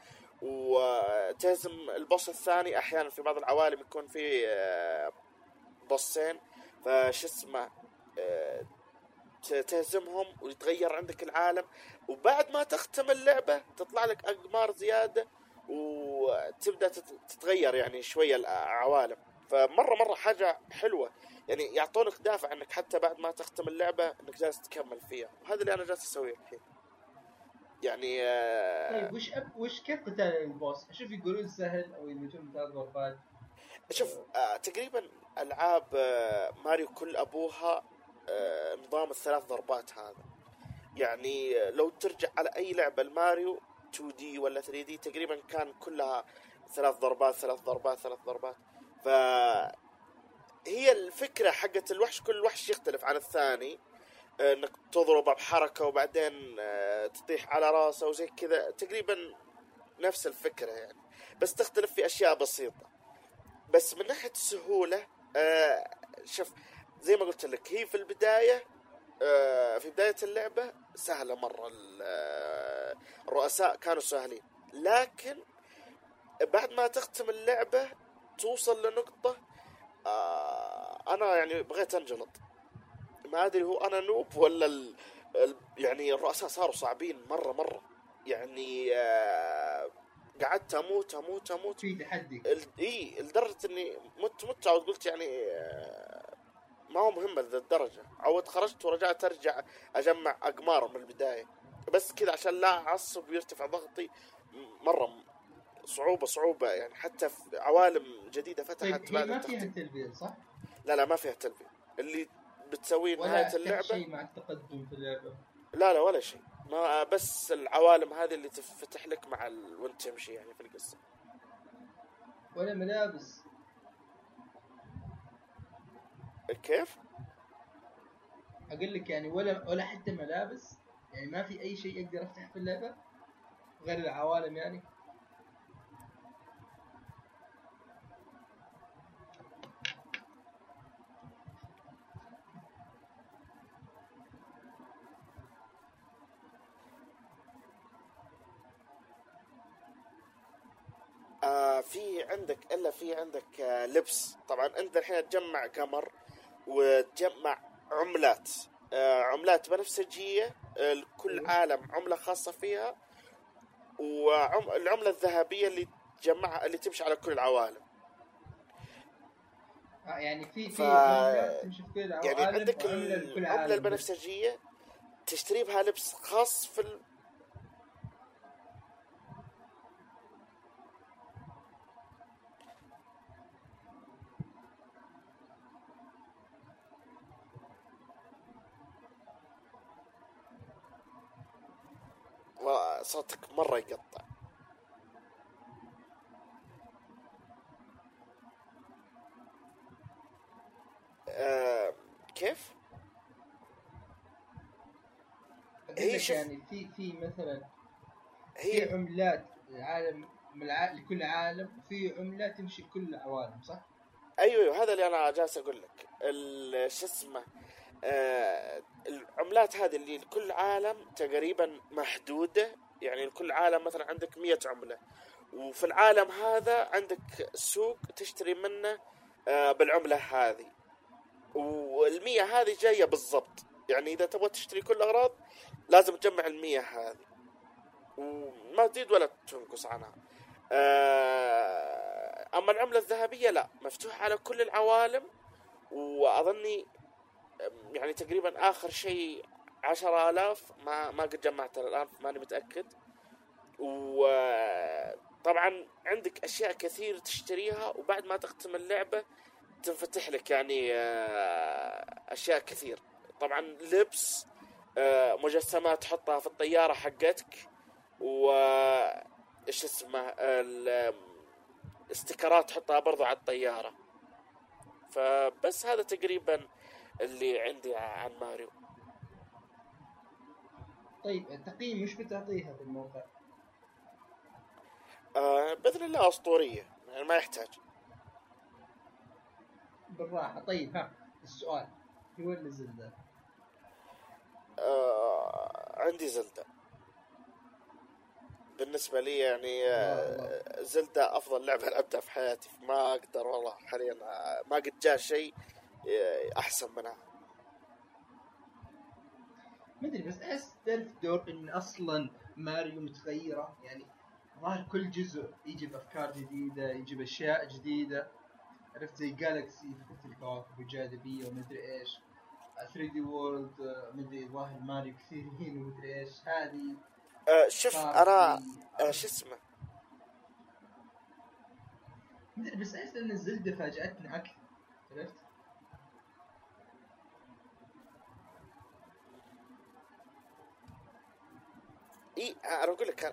وتهزم البوس الثاني. أحيانا في بعض العوالم يكون في آه بوسين، فش اسمه آه تهزمهم ويتغير عندك العالم، وبعد ما تختم اللعبة تطلع لك أقمار زيادة وتبدأ تتغير يعني شوية العوالم. فمرة مرة حاجة حلوة، يعني يعطونك دافع انك حتى بعد ما تختم اللعبة انك جالس تكمل فيها. وهذا اللي انا جالس اسويه الحين. يعني آه طيب وش أب... وش كيف قتال البوس؟ اشوف يقولون سهل او يموتون ثلاث ضربات. شوف آه تقريبا العاب آه ماريو كل ابوها آه نظام الثلاث ضربات هذا. يعني لو ترجع على اي لعبة الماريو تو دي ولا ثري دي تقريبا كان كلها ثلاث ضربات ثلاث ضربات ثلاث ضربات. ف هي الفكرة حقت الوحش، كل وحش يختلف عن الثاني، انك تضربه بحركة وبعدين تطيح على راسه وزي كذا، تقريبا نفس الفكرة يعني، بس تختلف في اشياء بسيطة. بس من ناحية السهولة شوف زي ما قلت لك، هي في البداية في بداية اللعبة سهلة مرة، الرؤساء كانوا سهلين، لكن بعد ما تختم اللعبة توصل لنقطة انا يعني بغيت انجلط، ما ادري هو انا نوب ولا ال... ال... يعني الرؤساء صاروا صعبين مرة مرة يعني. آه... قعدت اموت اموت اموت في تحدي ال... اي لدرجة اني مت مت عاود قلت يعني آه... ما هو مهم لذا الدرجة، عود خرجت ورجعت ارجع اجمع اقمار من البداية بس كذا عشان لا اعصب ويرتفع ضغطي مرة. صعوبة صعوبة يعني، حتى في عوالم جديدة فتحت طيب بعد هي ما فيها التختيم. تلفيل صح؟ لا لا ما فيها تلفيل، اللي بتسويه نهاية ولا اللعبة شيء مع التقدم في اللعبة؟ لا لا ولا شيء، ما بس العوالم هذه اللي تفتح لك مع ال... وانت تمشي يعني في القصة. ولا ملابس؟ كيف؟ اقول لك يعني ولا ولا حتى ملابس، يعني ما في اي شيء اقدر افتح في اللعبة غير العوالم يعني؟ آه في عندك الا في عندك آه لبس. طبعا انت الحين تجمع قمر وتجمع عملات، آه عملات بنفسجية، آه كل عالم عملة خاصة فيها، والعملة الذهبية اللي تجمعها اللي تمشي على كل العوالم. آه يعني في ف... في عملة تمشي في كل العوالم، يعني عندك وعملة لكل العملة عالم البنفسجية تشتري بها لبس خاص في ال... صوتك مرة يقطع. أه... كيف؟ هي يعني في في مثلا هي في عملات العالم لكل عالم، وفي عملات تمشي كل العوالم صح؟ ايوه ايوه هذا اللي انا جالس اقول لك. شو اسمه آه العملات هذه اللي لكل عالم تقريبا محدودة، يعني لكل عالم مثلا عندك مية عملة، وفي العالم هذا عندك سوق تشتري منه آه بالعملة هذه، والمية هذه جاية بالضبط، يعني إذا تبغى تشتري كل الأغراض لازم تجمع المية هذه وما تزيد ولا تنقص عنها. آه أما العملة الذهبية لا، مفتوحة على كل العوالم، وأظني يعني تقريبا آخر شيء عشرة آلاف، ما ما قد جمعت الآن ماني متأكد. وطبعا عندك أشياء كثير تشتريها، وبعد ما تختم اللعبة تنفتح لك يعني أشياء كثير. طبعا لبس، مجسمات تحطها في الطيارة حقتك، و إيش اسمه الاستيكرات تحطها برضو على الطيارة. فبس هذا تقريبا اللي عندي عن ماريو. طيب التقييم مش بتعطيها في الموقع؟ آه بإذن الله أسطورية، يعني ما يحتاج. بالراحة. طيب ها السؤال، هو ولا زلدة؟ آه عندي زلدة بالنسبة لي يعني. آه زلدة أفضل لعبة لعبتها في حياتي، ما أقدر والله حاليا ما قد جاء شيء أحسن منها. مدري بس أحس تعرف دور إن أصلا ماريو متغيرة، يعني ظاهر كل جزء يجيب أفكار جديدة، يجيب أشياء جديدة، عرفت زي جالكسي فكرة الكواكب الجاذبية ومدري إيش، ثري دي وورلد مدري ظاهر ماريو كثيرين ومدري إيش هذه. أه شوف أنا أه شو اسمه مدري بس أحس إن الزلدة فاجأتنا أكثر، عرفت؟ إيه أنا أقول لك أنا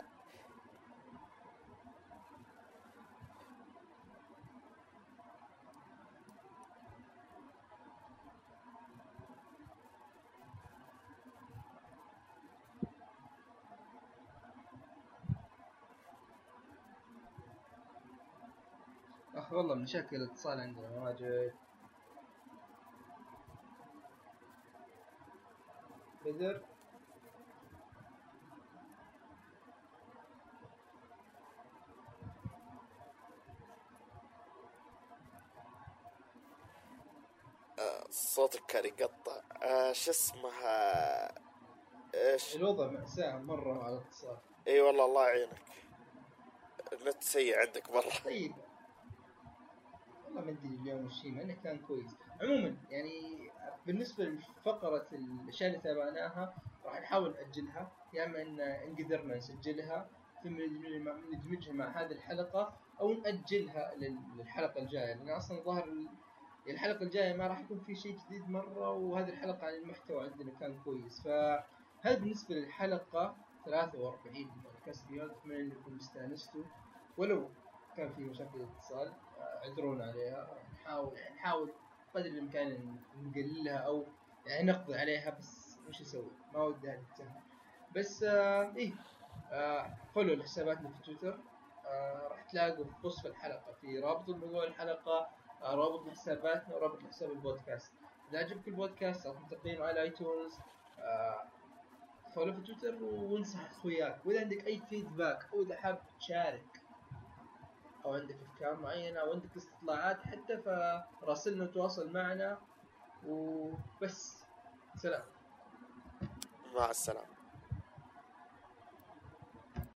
اخ والله مشاكل الاتصال عندنا واجد. بدر صوتك كان يقطع. آه شو اسمها ايش الوضع مأساة مرة على الاتصال. اي والله الله يعينك، النت سيء عندك مرة. طيب والله ما ادري اليوم وش هي، مع انه كان كويس. عموما يعني بالنسبة لفقرة الاشياء اللي تابعناها راح نحاول نأجلها، يا اما ان ان قدرنا نسجلها ثم ندمجها مع هذه الحلقة او نأجلها للحلقة الجاية، لان اصلا ظهر الحلقة الجاية ما راح يكون في شيء جديد مرة، وهذه الحلقة عن المحتوى عندنا كان كويس. فهذا بالنسبة للحلقة ثلاثة وأربعين من بودكاست بيوند. أتمنى أنكم استانستوا، ولو كان في مشاكل اتصال اعذرونا عليها. نحاول نحاول قدر الإمكان نقللها أو يعني نقضي عليها، بس وش نسوي، ما ودها تنتهي. بس آه إيه آه فولو لحساباتنا في تويتر. آه راح تلاقوا في وصف الحلقة في رابط الموضوع الحلقة، آه رابط لحساباتنا ورابط لحساب البودكاست. إذا عجبك البودكاست أعطوا تقييم على ايتونز، آه فولو في تويتر وانصح اخوياك. واذا عندك اي فيدباك او اذا حاب تشارك او عندك افكار معينة او عندك استطلاعات حتى، فراسلنا وتواصل معنا. وبس سلام. مع السلامة.